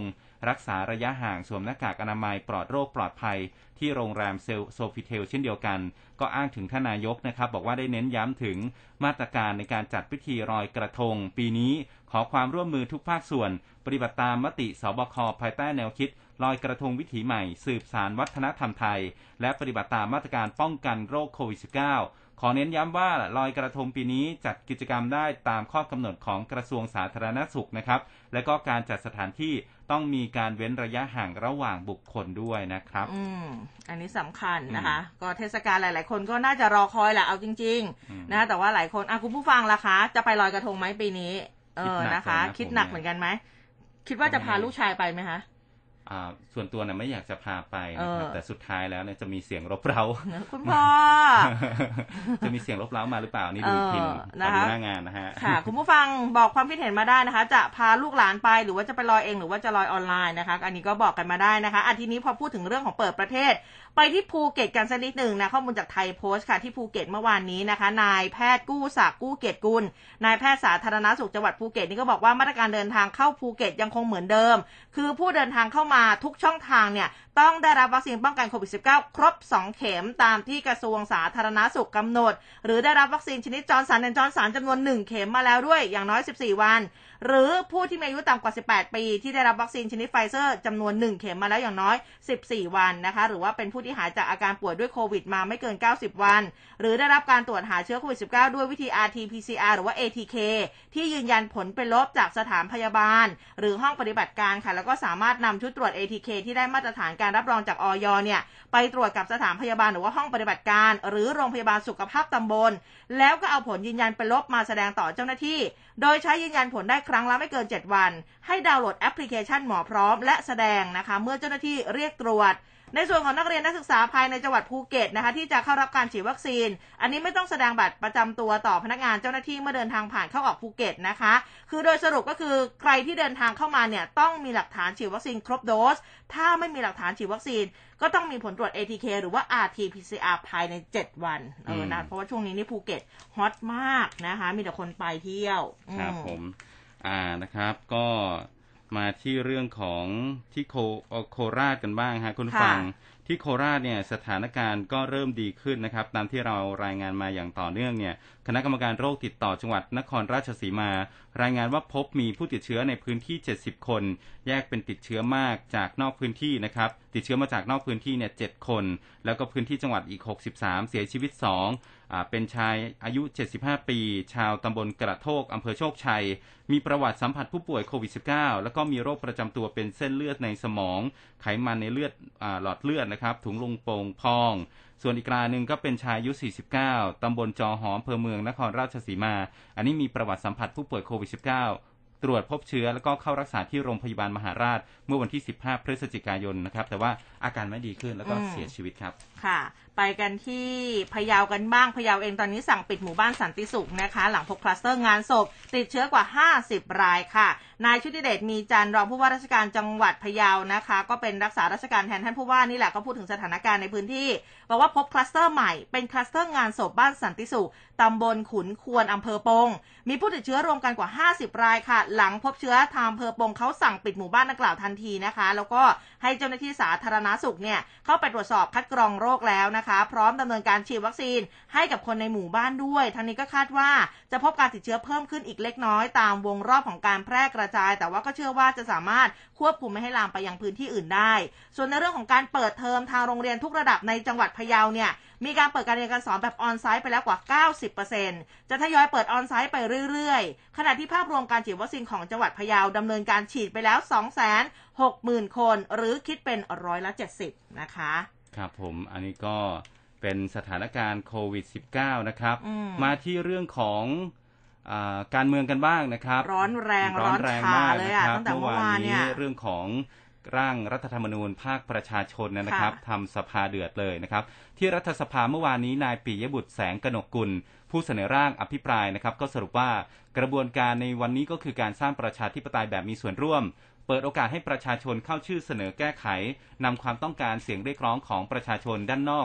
Speaker 3: รักษาระยะห่างสวมหน้ากากอนามัยปลอดโรคปลอดภัยที่โรงแรมเซลโซฟิเทลเช่นเดียวกันก็อ้างถึงท่านนายกนะครับบอกว่าได้เน้นย้ำถึงมาตรการในการจัดพิธีลอยกระทงปีนี้ขอความร่วมมือทุกภาคส่วนปฏิบัติตามมติสบคภายใต้แนวคิดลอยกระทงวิถีใหม่สืบสานวัฒนธรรมไทยและปฏิบัติตามมาตรการป้องกันโรคโควิด สิบเก้า ขอเน้นย้ำว่าลอยกระทงปีนี้จัดกิจกรรมได้ตามข้อกำหนดของกระทรวงสาธารณสุขนะครับและก็การจัดสถานที่ต้องมีการเว้นระยะห่างระหว่างบุคคลด้วยนะครับ
Speaker 2: อืมอันนี้สำคัญนะคะก็เทศกาลหลายๆคนก็น่าจะรอคอยแหละเอาจริงๆนะแต่ว่าหลายคนอ่ะคุณผู้ฟังล่ะคะจะไปลอยกระทงไหมปีนี้เออนะคะคิดหนักเหมือนกันไหมคิดว่าจะพาลูกชายไปไหมคะ
Speaker 3: อ่าส่วนตัวเนี่ยไม่อยากจะพาไปนะครับแต่สุดท้ายแล้วเนี่ยจะมีเสียงรบเร้า
Speaker 2: คุณพ่อ
Speaker 3: จะมีเสียงรบเร้ามาหรือเปล่านี่ดูพิมพ์ดูหน้างานนะฮะ
Speaker 2: ค่ะคุณผู้ฟังบอกความคิดเห็นมาได้นะคะจะพาลูกหลานไปหรือว่าจะไปลอยเองหรือว่าจะลอยออนไลน์นะคะอันนี้ก็บอกกันมาได้นะคะอ่ะทีนี้พอพูดถึงเรื่องของเปิดประเทศไปที่ภูเก็ตกันสักนิดหนึ่งนะข้อมูลจากไทยโพสต์ค่ะที่ภูเก็ตเมื่อวานนี้นะคะนายแพทย์กู้ศักดิ์กู้เกียรติกุลนายแพทย์สาธารณสุขจังหวัดภูเก็ตนี่ก็บอกว่ามาตรการเดินทางเข้าภูเก็ตยังคงเหมือนเดิมคือผู้เดินทางเข้ามาทุกช่องทางเนี่ยต้องได้รับวัคซีนป้องกันโควิด สิบเก้า ครบสองเข็มตามที่กระทรวงสาธารณสุขกำหนดหรือได้รับวัคซีนชนิดจอร์นสันแอนด์จอร์นสันจำนวนหนึ่งเข็มมาแล้วด้วยอย่างน้อยสิบสี่วันหรือผู้ที่มีอายุต่ำกว่าสิบแปดปีที่ได้รับวัคซีนชนิดไฟเซอร์จำนวนหนึ่งเข็มมาแล้วอย่างน้อยสิบสี่วันนะคะหรือว่าเป็นผู้ที่หายจากอาการป่วยด้วยโควิดมาไม่เกินเก้าสิบวันหรือได้รับการตรวจหาเชื้อโควิด สิบเก้า ด้วยวิธี อาร์ ที พี ซี อาร์ หรือว่า เอ ที เค ที่ยืนยันผลเป็นลบจากสถานพยาบาลหรือห้องปฏิบัติการค่ะแล้วก็สามารถนำชุดตรวจ เอ ที เค ที่ได้มาตรฐานการรับรองจากอย.เนี่ยไปตรวจกับสถานพยาบาลหรือว่าห้องปฏิบัติการหรือโรงพยาบาลสุขภาพตำบลแล้วก็เอาผลยืนยันเป็นลบมาแสดงต่อเจ้าหน้าที่โดยใช้ยืนยันผลได้ครั้งละไม่เกินเจ็ดวันให้ดาวน์โหลดแอปพลิเคชันหมอพร้อมและแสดงนะคะเมื่อเจ้าหน้าที่เรียกตรวจในส่วนของนักเรียนนักศึกษาภายในจังหวัดภูเก็ตนะคะที่จะเข้ารับการฉีดวัคซีนอันนี้ไม่ต้องแสดงบัตรประจำตัวต่อพนักงานเจ้าหน้าที่เมื่อเดินทางผ่านเข้าออกภูเก็ตนะคะคือโดยสรุปก็คือใครที่เดินทางเข้ามาเนี่ยต้องมีหลักฐานฉีดวัคซีนครบโดสถ้าไม่มีหลักฐานฉีดวัคซีนก็ต้องมีผลตรวจ เอ ที เค หรือว่า อาร์ ที พี ซี อาร์ ภายในเจ็ดวันเออนะเพราะว่าช่วงนี้นี่ภูเก็ตฮอตมากนะคะมีแต่คนไปเที่ยว
Speaker 3: ครับผมอ่านะครับก็มาที่เรื่องของที่โคโคราชกันบ้างฮะคุณฟังที่โคราชเนี่ยสถานการณ์ก็เริ่มดีขึ้นนะครับตามที่เรารายงานมาอย่างต่อเนื่องเนี่ยคณะกรรมการโรคติดต่อจังหวัดนครราชสีมารายงานว่าพบมีผู้ติดเชื้อในพื้นที่เจ็ดสิบคนแยกเป็นติดเชื้อมากจากนอกพื้นที่นะครับติดเชื้อมาจากนอกพื้นที่เนี่ยเจ็ดคนแล้วก็พื้นที่จังหวัดอีกหกสิบสามเสียชีวิตสองอ่าเป็นชายอายุเจ็ดสิบห้าปีชาวตำบลกระโทกอำเภอโชคชัยมีประวัติสัมผัสผู้ป่วยโควิด สิบเก้า แล้วก็มีโรคประจำตัวเป็นเส้นเลือดในสมองไขมันในเลือดอ่าหลอดเลือดนะครับถุงลมโป่งพองส่วนอีกรายหนึ่งก็เป็นชายอายุสี่สิบเก้าตำบลจอหอมอำเภอเมืองนครราชสีมาอันนี้มีประวัติสัมผัสผู้ป่วยโควิด สิบเก้า ตรวจพบเชื้อแล้วก็เข้ารักษาที่โรงพยาบาลมหาราชเมื่อวันที่สิบห้าพฤศจิกายนนะครับแต่ว่าอาการไม่ดีขึ้นแล้วก็เสียชีวิตครับ
Speaker 2: ค่ะไปกันที่พะเยากันบ้างพะเยาเองตอนนี้สั่งปิดหมู่บ้านสันติสุขนะคะหลังพบคลัสเตอร์งานศพติดเชื้อกว่าห้าสิบรายค่ะนายชุติเดชมีจันทร์รองผู้ว่าราชการจังหวัดพะเยานะคะก็เป็นรักษาราชการแทนท่านผู้ว่านี่แหละก็พูดถึงสถานการณ์ในพื้นที่บอกว่าพบคลัสเตอร์ใหม่เป็นคลัสเตอร์งานศพบ้านสันติสุขตำบลขุนควรอำเภอปงมีผู้ติดเชื้อรวมกันกว่าห้าสิบรายค่ะหลังพบเชื้อทางอำเภอปงเขาสั่งปิดหมู่บ้านดังกล่าวทันทีนะคะแล้วก็ให้เจ้าหน้าที่สาธารณสุขเนี่ยเข้าไปตรวจสอบคัดกรองโรคแล้วนะคะพร้อมดำเนินการฉีดวัคซีนให้กับคนในหมู่บ้านด้วยทั้งนี้ก็คาดว่าจะพบการติดเชื้อเพิ่มขึ้นอีกเล็กน้อยตามวงรอบของการแพร่กระจายแต่ว่าก็เชื่อว่าจะสามารถควบคุมไม่ให้ลามไปยังพื้นที่อื่นได้ส่วนในเรื่องของการเปิดเทอมทางโรงเรียนทุกระดับในจังหวัดพะเยาเนี่ยมีการเปิดการเรียนการสอนแบบออนไซต์ไปแล้วกว่า เก้าสิบเปอร์เซ็นต์ จะทยอยเปิดออนไซต์ไปเรื่อยๆขณะที่ภาพรวมการฉีดวัคซีนของจังหวัดพะเยาดำเนินการฉีดไปแล้ว สองแสนหกหมื่น คนหรือคิดเป็นร้อยละเจ็ดสิบนะคะ
Speaker 3: ครับผมอันนี้ก็เป็นสถานการณ์โควิด สิบเก้า นะครับมมาที่เรื่องของอ่าการเมืองกันบ้างนะครับ
Speaker 2: ร้อนแรง
Speaker 3: ร้อนแรงมากเลยอะตั้งแต่เมื่อวานนี้เรื่องของร่างรัฐธรรมนูญภาคประชาชนนะครับทำสภาเดือดเลยนะครับที่รัฐสภาเมื่อวานนี้นายปิยบุตรแสงกนกกุลผู้เสนอร่างอภิปรายนะครับก็สรุปว่ากระบวนการในวันนี้ก็คือการสร้างประชาธิปไตยแบบมีส่วนร่วมเปิดโอกาสให้ประชาชนเข้าชื่อเสนอแก้ไขนำความต้องการเสียงเรียกร้องของประชาชนด้านนอกเนี่ย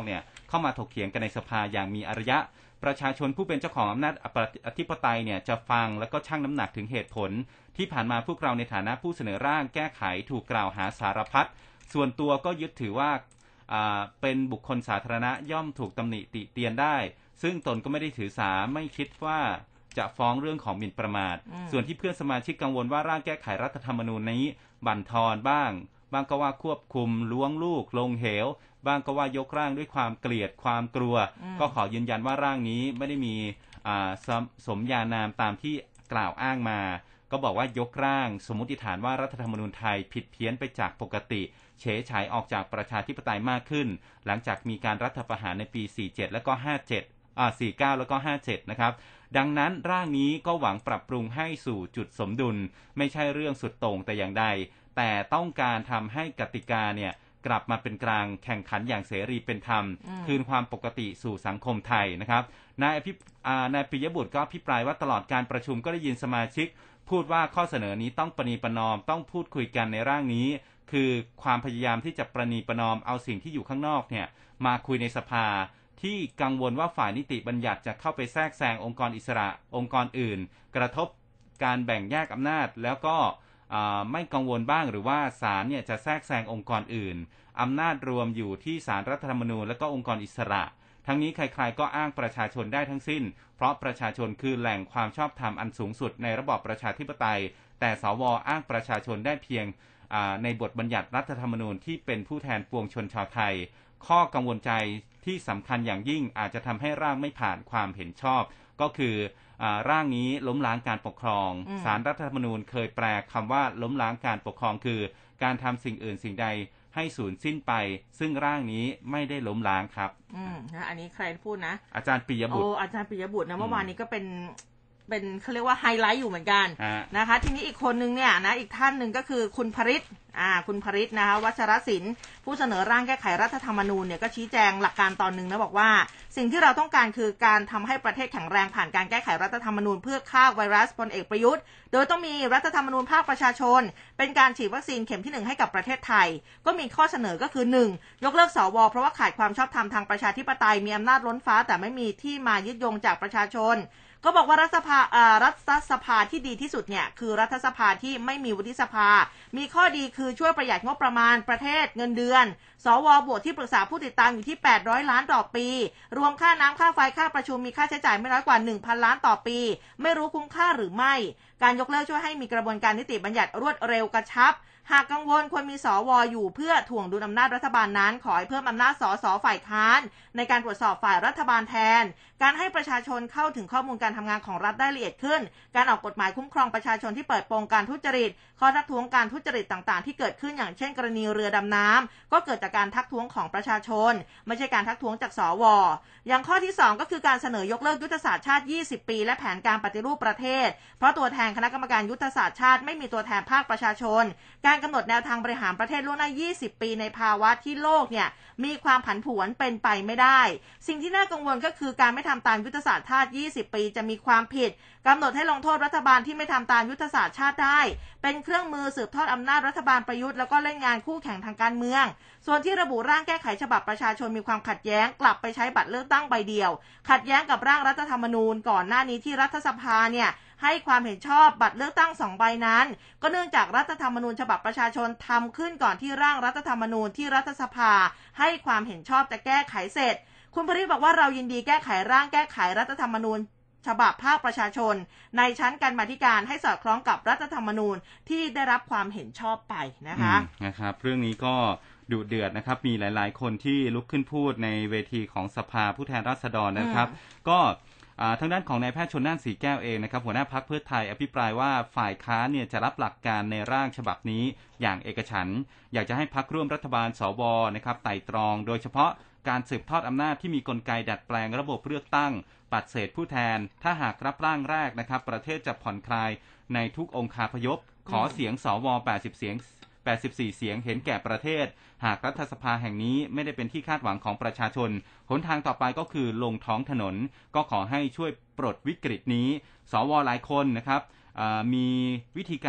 Speaker 3: เข้ามาถกเถียงกันในสภาอย่างมีอารยะประชาชนผู้เป็นเจ้าของอำนาจอธิปไตยเนี่ยจะฟังแล้วก็ชั่งน้ำหนักถึงเหตุผลที่ผ่านมาพวกเราในฐานะผู้เสนอร่างแก้ไขถูกกล่าวหาสารพัดส่วนตัวก็ยึดถือว่าเป็นบุคคลสาธารณะย่อมถูกตำหนิติเตียนได้ซึ่งตนก็ไม่ได้ถือสาไม่คิดว่าจะฟ้องเรื่องของหมิ่นประมาทส่วนที่เพื่อนสมาชิกกังวลว่าร่างแก้ไขรัฐธรรมนูญนี้บั่นทอนบ้างบางก็ว่าควบคุมล้วงลูกลงเหวบางก็ว่ายกร่างด้วยความเกลียดความกลัวก็ขอยืนยันว่าร่างนี้ไม่ได้มีส, สมญานามตามที่กล่าวอ้างมาก็บอกว่ายกร่างสมมุติฐานว่ารัฐธรรมนูญไทยผิดเพี้ยนไปจากปกติเฉยฉายออกจากประชาธิปไตยมากขึ้นหลังจากมีการรัฐประหารในปีสี่สิบเจ็ดแล้วก็ห้าสิบเจ็ดอ่าสี่สิบเก้าแล้วก็ห้าสิบเจ็ดนะครับดังนั้นร่างนี้ก็หวังปรับปรุงให้สู่จุดสมดุลไม่ใช่เรื่องสุดโต่งแต่อย่างใดแต่ต้องการทำให้กติกาเนี่ยกลับมาเป็นกลางแข่งขันอย่างเสรีเป็นธรรมคืนความปกติสู่สังคมไทยนะครับนายอภินายปิยบุตรก็อภิปรายว่าตลอดการประชุมก็ได้ยินสมาชิกพูดว่าข้อเสนอนี้ต้องประนีประนอมต้องพูดคุยกันในร่างนี้คือความพยายามที่จะประนีประนอมเอาสิ่งที่อยู่ข้างนอกเนี่ยมาคุยในสภาที่กังวลว่าฝ่ายนิติบัญญัติจะเข้าไปแทรกแซงองค์กรอิสระองค์กรอื่นกระทบการแบ่งแยกอำนาจแล้วก็ไม่กังวลบ้างหรือว่าศาลเนี่ยจะแทรกแซงองค์กรอื่นอำนาจรวมอยู่ที่ศาลรัฐธรรมนูญและก็องค์กรอิสระทั้งนี้ใครๆก็อ้างประชาชนได้ทั้งสิ้นเพราะประชาชนคือแหล่งความชอบธรรมอันสูงสุดในระบอบประชาธิปไตยแต่สวอ้างประชาชนได้เพียงในบทบัญญัติรัฐธรรมนูญที่เป็นผู้แทนปวงชนชาวไทยข้อกังวลใจที่สำคัญอย่างยิ่งอาจจะทำให้ร่างไม่ผ่านความเห็นชอบก็คือร่างนี้ล้มล้างการปกครองศาลรัฐธรรมนูญเคยแปลคำว่าล้มล้างการปกครองคือการทำสิ่งอื่นสิ่งใดให้สูญสิ้นไปซึ่งร่างนี้ไม่ได้ล้มล้างครับ
Speaker 2: อืมนะอันนี้ใครพูดนะ
Speaker 3: อาจารย์ปิยบุตร
Speaker 2: โอ้อาจารย์ปิยบุตรนะเมื่อวานนี้ก็เป็นเป็นเขาเรียกว่าไฮไลท์อยู่เหมือนกันนะคะทีนี้อีกคนนึงเนี่ยนะอีกท่านหนึ่งก็คือคุณภริษอ่าคุณภริษนะคะวัชรศิลป์ผู้เสนอร่างแก้ไขรัฐธรรมนูญเนี่ยก็ชี้แจงหลักการตอนหนึ่งนะบอกว่าสิ่งที่เราต้องการคือการทำให้ประเทศแข็งแรงผ่านการแก้ไขรัฐธรรมนูญเพื่อฆ่าไวรัสพลเอกประยุทธ์โดยต้องมีรัฐธรรมนูญภาคประชาชนเป็นการฉีดวัคซีนเข็มที่หนึ่งให้กับประเทศไทยก็มีข้อเสนอก็คือหนึ่งยกเลิกสวเพราะว่าขาดความชอบธรรมทางประชาธิปไตยมีอำนาจล้นฟ้าแต่ไม่มีที่มายึดโยงจากประชาชนก็บอกว่ารัฐสภารัฐสภาที่ดีที่สุดเนี่ยคือรัฐสภาที่ไม่มีวุฒิสภามีข้อดีคือช่วยประหยัดงบประมาณประเทศเงินเดือนสวบวกที่ปรึกษาผู้ติดตามอยู่ที่แปดร้อยล้านต่อปีรวมค่าน้ำค่าไฟค่าประชุมมีค่าใช้จ่ายไม่น้อยกว่า หนึ่งพัน ล้านต่อปีไม่รู้คุ้มค่าหรือไม่การยกเลิกช่วยให้มีกระบวนการนิติบัญญัติรวดเร็วกระชับหากกังวลควรมีสวอยู่เพื่อถ่วงดุลอำนาจรัฐบาลนั้นขอให้เพิ่มอำนาจสสฝ่ายค้านในการตรวจสอบฝ่ายรัฐบาลแทนการให้ประชาชนเข้าถึงข้อมูลการทำงานของรัฐได้ละเอียดขึ้นการออกกฎหมายคุ้มครองประชาชนที่เปิดโปงการทุจริตข้อทักท้วงการทุจริตต่างๆที่เกิดขึ้นอย่างเช่นกรณีเรือดำน้ำก็เกิดจากการทักท้วงของประชาชนไม่ใช่การทักท้วงจากสวอย่างข้อที่สองก็คือการเสนอยกเลิกยุทธศาสตร์ชาติยี่สิบปีและแผนการปฏิรูปประเทศเพราะตัวแทนคณะกรรมการยุทธศาสตร์ชาติไม่มีตัวแทนภาคประชาชนการกำหนดแนวทางบริหารประเทศล่วงหน้ายี่สิบปีในภาวะที่โลกเนี่ยมีความผันผวนเป็นไปไม่ได้สิ่งที่น่ากังวลก็คือการไม่ทำตามยุทธศาสตร์ชาติยี่สิบปีจะมีความผิดกำหนดให้ลงโทษรัฐบาลที่ไม่ทำตามยุทธศาสตร์ชาติได้เป็นเครื่องมือสืบทอดอำนาจรัฐบาลประยุทธ์แล้วก็เล่นงานคู่แข่งทางการเมืองส่วนที่ระบุร่างแก้ไขฉบับประชาชนมีความขัดแย้งกลับไปใช้บัตรเลือกตั้งใบเดียวขัดแย้งกับร่างรัฐธรรมนูญก่อนหน้านี้ที่รัฐสภาเนี่ยให้ความเห็นชอบบัตรเลือกตั้งสองใบนั้นก็เนื่องจากรัฐธรรมนูญฉบับประชาชนทำขึ้นก่อนที่ร่างรัฐธรรมนูญที่รัฐสภาให้ความเห็นชอบจะแก้ไขเสร็จคุณภริษบอกว่าเรายินดีแก้ไขร่างแก้ไขรัฐธรรมนูญฉบับภาคประชาชนในชั้นกรรมาธิการให้สอดคล้องกับรัฐธรรมนูญที่ได้รับความเห็นชอบไปนะคะ
Speaker 3: นะครับเรื่องนี้ก็ดุเดือดนะครับมีหลายๆคนที่ลุกขึ้นพูดในเวทีของสภาผู้แทนราษฎรนะครับก็ทางด้านของนายแพทย์ชลน่านสีแก้วเองนะครับหัวหน้าพรรคเพื่อไทยอภิปรายว่าฝ่ายค้านเนี่ยจะรับหลักการในร่างฉบับนี้อย่างเอกฉันท์อยากจะให้พรรคร่วมรัฐบาลสวนะครับไต่ตรองโดยเฉพาะการสืบทอดอำนาจที่มีกลไกดัดแปลงระบบเลือกตั้งปัดเศษผู้แทนถ้าหากรับร่างแรกนะครับประเทศจะผ่อนคลายในทุกองคาพยพขอเสียงสวแปดสิบเสียงแปดสิบสี่เสียงเห็นแก่ประเทศหากรัฐสภาแห่งนี้ไม่ได้เป็นที่คาดหวังของประชาชนหนทางต่อไปก็คือลงท้องถนนก็ขอให้ช่วยปลดวิกฤตนี้สวหลายคนนะครับมีวิธีการ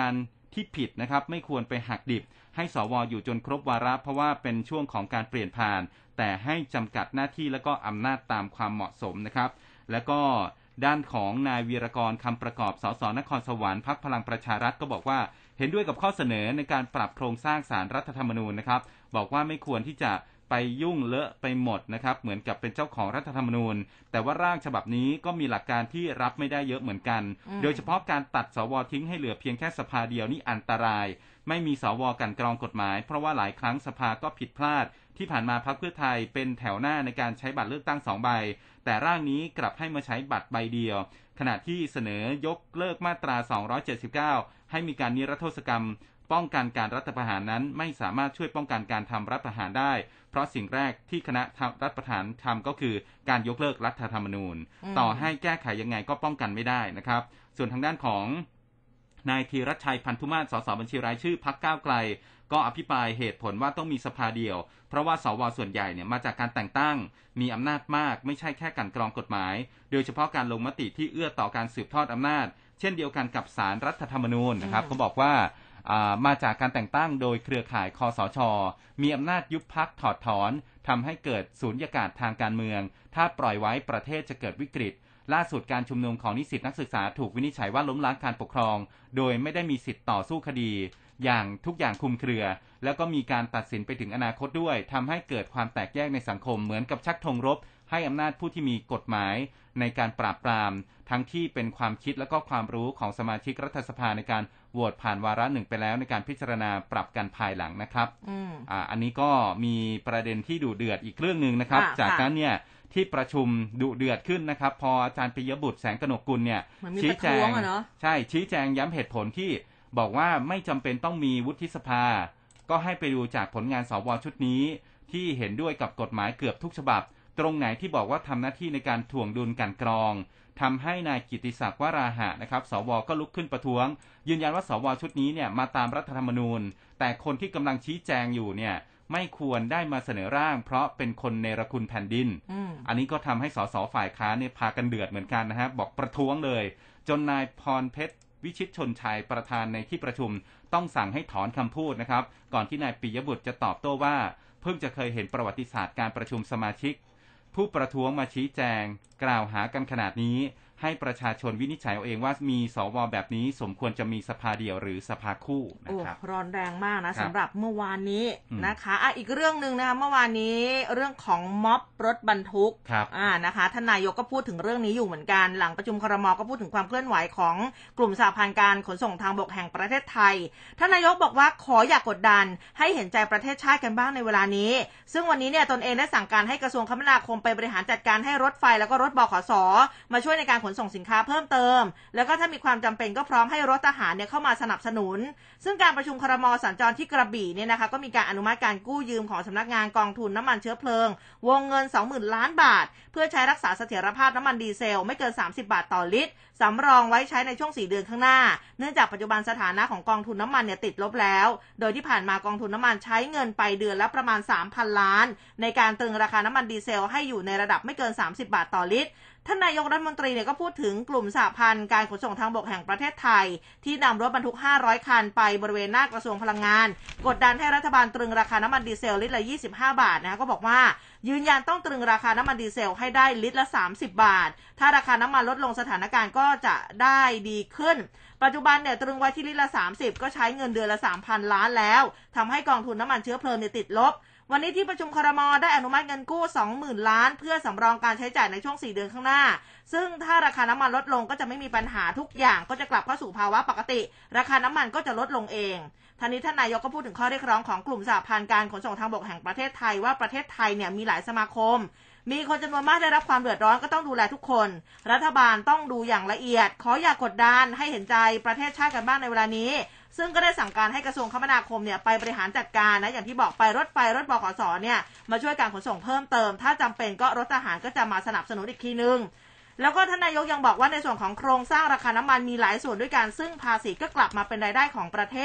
Speaker 3: ที่ผิดนะครับไม่ควรไปหักดิบให้สวอยู่จนครบวาระเพราะว่าเป็นช่วงของการเปลี่ยนผ่านแต่ให้จำกัดหน้าที่และก็อำนาจตามความเหมาะสมนะครับแล้วก็ด้านของนายวีรกรคำประกอบสสนครสวรรค์พรรคพลังประชารัฐก็บอกว่าเห็นด้วยกับข้อเสนอในการปรับโครงสร้างศาลรัฐธรรมนูญนะครับบอกว่าไม่ควรที่จะไปยุ่งเลอะไปหมดนะครับเหมือนกับเป็นเจ้าของรัฐธรรมนูญแต่ว่าร่างฉบับนี้ก็มีหลักการที่รับไม่ได้เยอะเหมือนกันโดยเฉพาะการตัดสวทิ้งให้เหลือเพียงแค่สภาเดียวนี่อันตรายไม่มีสวกันกรองกฎหมายเพราะว่าหลายครั้งสภาก็ผิดพลาดที่ผ่านมาพรรคเพื่อไทยเป็นแถวหน้าในการใช้บัตรเลือกตั้งสองใบแต่ร่างนี้กลับให้มาใช้บัตรใบเดียวขณะที่เสนอยกเลิกมาตราสองร้อยเจ็ดสิบเก้าให้มีการนิรโทษกรรมป้องกันการรัฐประหารนั้นไม่สามารถช่วยป้องกันการทำรัฐประหารได้เพราะสิ่งแรกที่คณะรัฐประหารทำก็คือการยกเลิกรัฐธรรมนูญต่อให้แก้ไขยังไงก็ป้องกันไม่ได้นะครับส่วนทางด้านของนายธีรชัยพันธุมาศสสบัญชีรายชื่อพรรคก้าวไกลก็อภิปรายเหตุผลว่าต้องมีสภาเดียวเพราะว่าสวส่วนใหญ่เนี่ยมาจากการแต่งตั้งมีอำนาจมากไม่ใช่แค่การกรองกฎหมายโดยเฉพาะการลงมติที่เอื้อต่อการสืบทอดอำนาจเช่นเดียวกันกับศาลรัฐธรรมนูญนะครับเขาบอกว่ามาจากการแต่งตั้งโดยเครือข่ายคสช.มีอำนาจยุบพรรคถอดถอนทำให้เกิดสูญญากาศทางการเมืองถ้าปล่อยไว้ประเทศจะเกิดวิกฤตล่าสุดการชุมนุมของนิสิตนักศึกษาถูกวินิจฉัยว่าล้มล้างการปกครองโดยไม่ได้มีสิทธิ์ต่อสู้คดีอย่างทุกอย่างคลุมเครือแล้วก็มีการตัดสินไปถึงอนาคตด้วยทำให้เกิดความแตกแยกในสังคมเหมือนกับชักธงรบให้อำนาจผู้ที่มีกฎหมายในการปราบปรามทั้งที่เป็นความคิดและก็ความรู้ของสมาชิกรัฐสภาในการโหวตผ่านวาระหนึ่งไปแล้วในการพิจารณาปรับกันภายหลังนะครับ อ, อ่าอันนี้ก็มีประเด็นที่ดุเดือดอีกเรื่องนึงนะครับจากนั้นเนี่ยที่ประชุมดุเดือดขึ้นนะครับพออาจารย์ปิยบุตรแสงกนกกุลเนี่ยชี้แจงใช่ชี้แจงย้ำเหตุผลที่บอกว่าไม่จำเป็นต้องมีวุฒิสภาก็ให้ไปดูจากผลงานสวชุดนี้ที่เห็นด้วยกับกฎหมายเกือบทุกฉบับตรงไหนที่บอกว่าทำหน้าที่ในการถ่วงดุลกันกรองทำให้นายกิติศักดิ์วราหะนะครับสวก็ลุกขึ้นประท้วงยืนยันว่าสวชุดนี้เนี่ยมาตามรัฐธรรมนูญแต่คนที่กำลังชี้แจงอยู่เนี่ยไม่ควรได้มาเสนอร่างเพราะเป็นคนเนรคุณแผ่นดิน อ, อันนี้ก็ทำให้สสฝ่ายค้านเนี่ยพากันเดือดเหมือนกันนะฮะบอกประท้วงเลยจนนายพรเพชรวิชิตชนชัยประธานในที่ประชุมต้องสั่งให้ถอนคำพูดนะครับก่อนที่นายปิยบุตรจะตอบโต้ว่าเพิ่งจะเคยเห็นประวัติศาสตร์การประชุมสมาชิกผู้ประท้วงมาชี้แจงกล่าวหากันขนาดนี้ให้ประชาชนวินิจฉัยเอาเองว่ามีสวแบบนี้สมควรจะมีสภาเดียวหรือสภาคู่นะครับ
Speaker 2: ร้อนแรงมากนะสำหรับเมื่อวานนี้นะคะอ่ะอีกเรื่องนึงนะคะเมื่อวานนี้เรื่องของม็อบรถบรรทุกอ่านะคะท่านนายกก็พูดถึงเรื่องนี้อยู่เหมือนกันหลังประชุมครม.ก็พูดถึงความเคลื่อนไหวของกลุ่มสหพันธ์การขนส่งทางบกแห่งประเทศไทยท่านนายกบอกว่าขออย่ากกดดันให้เห็นใจประเทศชาติกันบ้างในเวลานี้ซึ่งวันนี้เนี่ยตนเองได้สั่งการให้กระทรวงคมนาคมไปบริหารจัดการให้รถไฟแล้วก็รถบขส.มาช่วยในการขนส่งสินค้าเพิ่มเติมแล้วก็ถ้ามีความจำเป็นก็พร้อมให้รถทหารเนี่ยเข้ามาสนับสนุนซึ่งการประชุมครม.สัญจรที่กระบี่เนี่ยนะคะก็มีการอนุมัติการกู้ยืมของสำนักงานกองทุนน้ำมันเชื้อเพลิงวงเงิน สองหมื่น ล้านบาทเพื่อใช้รักษาเสถียรภาพน้ำมันดีเซลไม่เกินสามสิบบาทต่อลิตรสำรองไว้ใช้ในช่วงสี่เดือนข้างหน้าเนื่องจากปัจจุบันสถานะของกองทุนน้ำมันเนี่ยติดลบแล้วโดยที่ผ่านมากองทุนน้ำมันใช้เงินไปเดือนละประมาณ สามพัน ล้านในการตรึงราคาน้ำมันดีเซลให้อยู่ในระดับไม่เกินสามสิบบาทต่อลิตรท่านนายกรัฐมนตรีเนี่ยก็พูดถึงกลุ่มสหพันธ์การขนส่งทางบกแห่งประเทศไทยที่นำรถบรรทุกห้าร้อยคันไปบริเวณหน้ากระทรวงพลังงานกดดันให้รัฐบาลตรึงราคาน้ำมันดีเซลลิตรละยี่สิบห้าบาทนะก็บอกว่ายืนยันต้องตรึงราคาน้ำมันดีเซลให้ได้ลิตรละสามสิบบาทถ้าราคาน้ำมันลดลงสถานการณ์ก็จะได้ดีขึ้นปัจจุบันเนี่ยตรึงไว้ที่ลิตรละสามสิบก็ใช้เงินเดือนละ สามพัน ล้านแล้วทำให้กองทุนน้ำมันเชื้อเพลิงเนี่ยติดลบวันนี้ที่ประชุมครม.ได้อนุมัติเงินกู้ สองหมื่น ล้านเพื่อสำรองการใช้จ่ายในช่วงสี่เดือนข้างหน้าซึ่งถ้าราคาน้ำมันลดลงก็จะไม่มีปัญหาทุกอย่างก็จะกลับเข้าสู่ภาวะปกติราคาน้ำมันก็จะลดลงเองท่านี้ท่านนายกก็พูดถึงข้อเรียกร้องของกลุ่มสหพันธ์การขนส่งทางบกแห่งประเทศไทยว่าประเทศไทยเนี่ยมีหลายสมาคมมีคนจำนวนมากได้รับความเดือดร้อนก็ต้องดูแลทุกคนรัฐบาลต้องดูอย่างละเอียดขออย่ากดดันให้เห็นใจประเทศชาติกันบ้างในเวลานี้ซึ่งก็ได้สั่งการให้กระทรวงคมนาคมเนี่ยไปบริหารจัดการนะอย่างที่บอกไปรถไฟรถบขสเนี่ยมาช่วยการขนส่งเพิ่มเติมถ้าจำเป็นก็รถทหารก็จะมาสนับสนุนอีกทีนึงแล้วก็ท่านนายกยังบอกว่าในส่วนของโครงสร้างราคาน้ำมันมีหลายส่วนด้วยกันซึ่งภาษีก็กลับมาเป็นรายได้ของประเทศ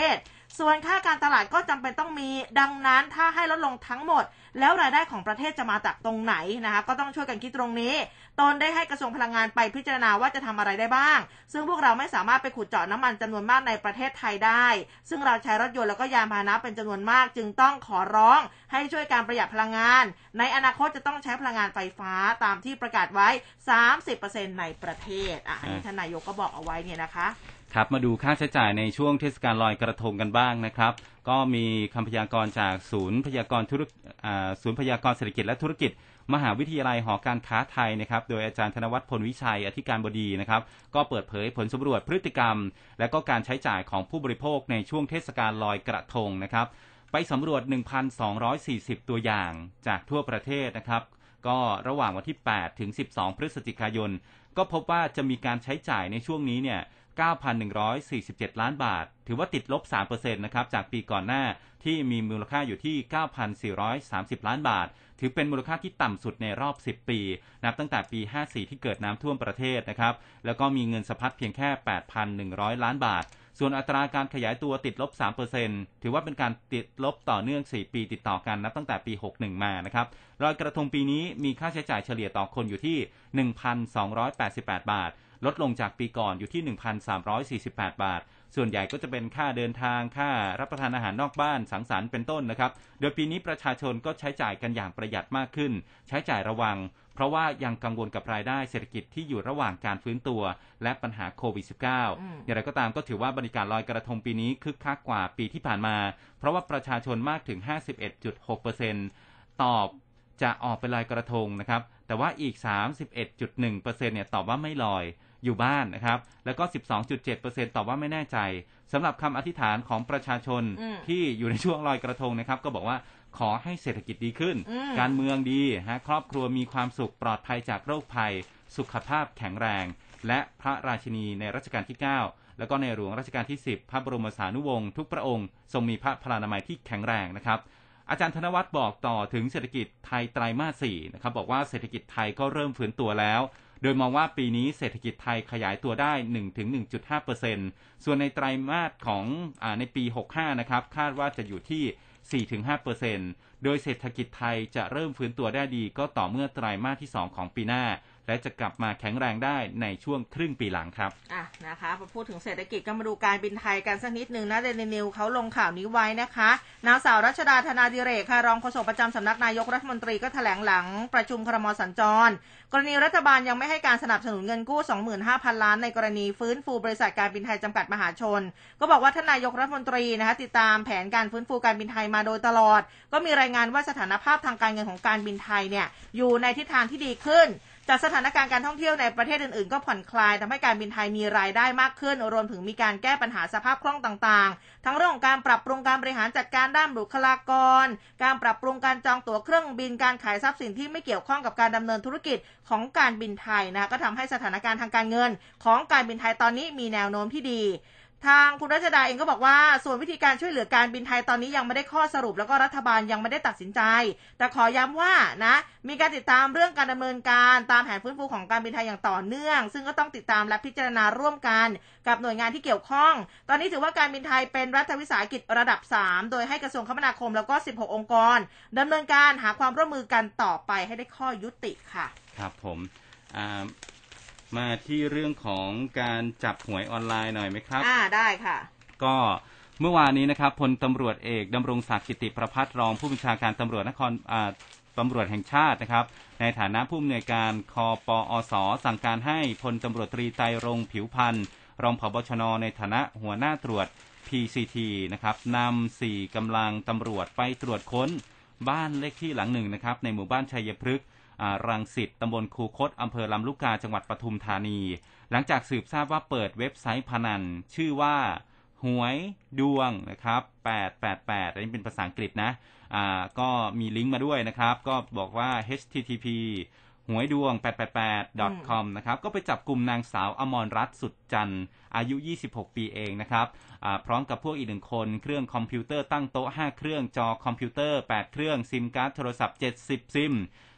Speaker 2: ส่วนค่าการตลาดก็จำเป็นต้องมีดังนั้นถ้าให้ลดลงทั้งหมดแล้วรายได้ของประเทศจะมาจากตรงไหนนะคะก็ต้องช่วยกันคิดตรงนี้ตนได้ให้กระทรวงพลังงานไปพิจารณาว่าจะทำอะไรได้บ้างซึ่งพวกเราไม่สามารถไปขุดเจาะน้ำมันจำนวนมากในประเทศไทยได้ซึ่งเราใช้รถยนต์แล้วก็ยานพาหนะเป็นจำนวนมากจึงต้องขอร้องให้ช่วยการประหยัดพลังงานในอนาคตจะต้องใช้พลังงานไฟฟ้าตามที่ประกาศไว้ สามสิบเปอร์เซ็นต์ ในประเทศอ่ะอันนี้ท่านนายกก็บอกเอาไว้เนี่ยนะคะ
Speaker 3: ครับมาดูค่าใช้จ่ายในช่วงเทศกาลลอยกระทงกันบ้างนะครับก็มีคำพยากรณ์จากศูนย์พยากรณ์ธุรศูนย์พยากรณ์เศรษฐกิจและธุรกิจมหาวิทยาลัยหอการค้าไทยนะครับโดยอาจารย์ธนวัฒน์พลวิชัยอธิการบดีนะครับก็เปิดเผยผลสำรวจพฤติกรรมและก็การใช้จ่ายของผู้บริโภคในช่วงเทศกาลลอยกระทงนะครับไปสำรวจ หนึ่งพันสองร้อยสี่สิบ ตัวอย่างจากทั่วประเทศนะครับก็ระหว่างวันที่แปดถึงสิบสองพฤศจิกายนก็พบว่าจะมีการใช้จ่ายในช่วงนี้เนี่ยเก้าพันหนึ่งร้อยสี่สิบเจ็ด ล้านบาทถือว่าติดลบ สามเปอร์เซ็นต์ นะครับจากปีก่อนหน้าที่มีมูลค่าอยู่ที่ เก้าพันสี่ร้อยสามสิบ ล้านบาทถือเป็นมูลค่าที่ต่ำสุดในรอบสิบปีนับตั้งแต่ปีห้าสี่ที่เกิดน้ำท่วมประเทศนะครับแล้วก็มีเงินสะพัดเพียงแค่ แปดพันหนึ่งร้อย ล้านบาทส่วนอัตราการขยายตัวติดลบ สามเปอร์เซ็นต์ ถือว่าเป็นการติดลบต่อเนื่องสี่ปีติดต่อกันนับตั้งแต่ปีหกสิบเอ็ดมานะครับลอยกระทงปีนี้มีค่าใช้จ่ายเฉลี่ยต่อคนอยู่ที่ หนึ่งพันสองร้อยแปดสิบแปด บาทลดลงจากปีก่อนอยู่ที่ หนึ่งพันสามร้อยสี่สิบแปด บาทส่วนใหญ่ก็จะเป็นค่าเดินทางค่ารับประทานอาหารนอกบ้านสังสรรค์เป็นต้นนะครับโดยปีนี้ประชาชนก็ใช้จ่ายกันอย่างประหยัดมากขึ้นใช้จ่ายระวังเพราะว่ายังกังวลกับรายได้เศรษฐกิจที่อยู่ระหว่างการฟื้นตัวและปัญหาโควิด สิบเก้า อย่างไรก็ตามก็ถือว่าบรรยากาศลอยกระทงปีนี้คึกคักกว่าปีที่ผ่านมาเพราะว่าประชาชนมากถึง ห้าสิบเอ็ดจุดหกเปอร์เซ็นต์ ตอบจะออกไปลอยกระทงนะครับแต่ว่าอีก สามสิบเอ็ดจุดหนึ่งเปอร์เซ็นต์ เนี่ยตอบว่าไม่ลอยอยู่บ้านนะครับแล้วก็ สิบสองจุดเจ็ดเปอร์เซ็นต์ ตอบว่าไม่แน่ใจสำหรับคำอธิษฐานของประชาชนที่อยู่ในช่วงลอยกระทงนะครับก็บอกว่าขอให้เศรษฐกิจดีขึ้นการเมืองดีฮะครอบครัวมีความสุขปลอดภัยจากโรคภัยสุขภาพแข็งแรงและพระราชินีในรัชกาลที่เก้าแล้วก็ในหลวงรัชกาลที่สิบพระบรมสานุวงศ์ทุกพระองค์ทรงมีพระพลานามัยที่แข็งแรงนะครับอาจารย์ธนวัฒน์บอกต่อถึงเศรษฐกิจไทยไตรมาสสี่นะครับบอกว่าเศรษฐกิจไทยก็เริ่มฟื้นตัวแล้วโดยมองว่าปีนี้เศรษฐกิจไทยขยายตัวได้ หนึ่งถึงหนึ่งจุดห้าเปอร์เซ็นต์ ส่วนในไตรมาสของอ่าในปีหกสิบห้านะครับคาดว่าจะอยู่ที่ สี่ถึงห้าเปอร์เซ็นต์ โดยเศรษฐกิจไทยจะเริ่มฟื้นตัวได้ดีก็ต่อเมื่อไตรมาสที่สองของปีหน้าและจะกลับมาแข็งแรงได้ในช่วงครึ่งปีหลังครับ
Speaker 2: อ่ะนะคะพอพูดถึงเศรษฐกิจก็มาดูการบินไทยกันสักนิดนึงนะเดลินิวเขาลงข่าวนี้ไว้นะคะนางสาวรัชดาธนาดิเรกค่ะรองโฆษกประจำสำนักนายกรัฐมนตรีก็แถลงหลังประชุมครม.สัญจรกรณีรัฐบาลยังไม่ให้การสนับสนุนเงินกู้ สองหมื่นห้าพัน ล้านในกรณีฟื้นฟูบริษัทการบินไทยจำกัดมหาชนก็บอกว่าท่านนายกรัฐมนตรีนะคะติดตามแผนการฟื้นฟูการบินไทยมาโดยตลอดก็มีรายงานว่าสถานภาพทางการเงินของการบินไทยเนี่ยอยู่ในทิศทางที่ดีขึ้นจากสถานการณ์การท่องเที่ยวในประเทศอื่นๆก็ผ่อนคลายทำให้การบินไทยมีรายได้มากขึ้นรวมถึงมีการแก้ปัญหาสภาพคล่องต่างๆทั้งเรื่องของการปรับปรุงการบริหารจัดการด้านบุคลากรการปรับปรุงการจองตั๋วเครื่องบินการขายทรัพย์สินที่ไม่เกี่ยวข้องกับการดำเนินธุรกิจของการบินไทยนะก็ทำให้สถานการณ์ทางการเงินของการบินไทยตอนนี้มีแนวโน้มที่ดีทางคุณรัชดาเองก็บอกว่าส่วนวิธีการช่วยเหลือการบินไทยตอนนี้ยังไม่ได้ข้อสรุปแล้วก็รัฐบาลยังไม่ได้ตัดสินใจแต่ขอย้ำว่านะมีการติดตามเรื่องการดำเนินการตามแผนฟื้นฟูของการบินไทยอย่างต่อเนื่องซึ่งก็ต้องติดตามและพิจารณาร่วมกันกับหน่วยงานที่เกี่ยวข้องตอนนี้ถือว่าการบินไทยเป็นรัฐวิสาหกิจระดับสามโดยให้กระทรวงคมนาคมแล้วก็สิบหกองค์กรดำเนินการหาความร่วมมือกันต่อไปให้ได้ข้อยุติค่ะ
Speaker 3: ครับผมอ่ามาที่เรื่องของการจับหวยออนไลน์หน่อยไหมครับ
Speaker 2: อ่าได้ค่ะ
Speaker 3: ก็เมื่อวานนี้นะครับพลตำรวจเอกดำรงศักดิ์กิติประภัสรองผู้บัญชาการตำรวจนครอ่าตำรวจแห่งชาตินะครับในฐานะผู้อำนวยการคปอสสั่งการให้พลตำรวจตรีไตรรงค์ผิวพันธ์รองผบชนในฐานะหัวหน้าตรวจ พี ซี ที นะครับนำสี่กำลังตำรวจไปตรวจค้นบ้านเลขที่หลังหนึ่งนะครับในหมู่บ้านชัยพฤกษ์รังสิตตำบลคูคตอำเภอลำลูกกาจังหวัดปทุมธานีหลังจากสืบทราบว่าเปิดเว็บไซต์พนันชื่อว่าหวยดวงนะครับแปดแปดแปดอันนี้เป็นภาษาอังกฤษนะอ่าก็มีลิงก์มาด้วยนะครับก็บอกว่า เอช ที ที พี หวยดวง แปดแปดแปด ดอท คอม นะครับก็ไปจับกลุ่มนางสาวอมรรัตน์สุดจันทร์อายุยี่สิบหกปีเองนะครับอ่าพร้อมกับพวกอีกหนึ่งคนเครื่องคอมพิวเตอร์ตั้งโต๊ะห้าเครื่องจอคอมพิวเตอร์แปดเครื่องซิมการ์ดโทรศัพท์เจ็ดสิบซิม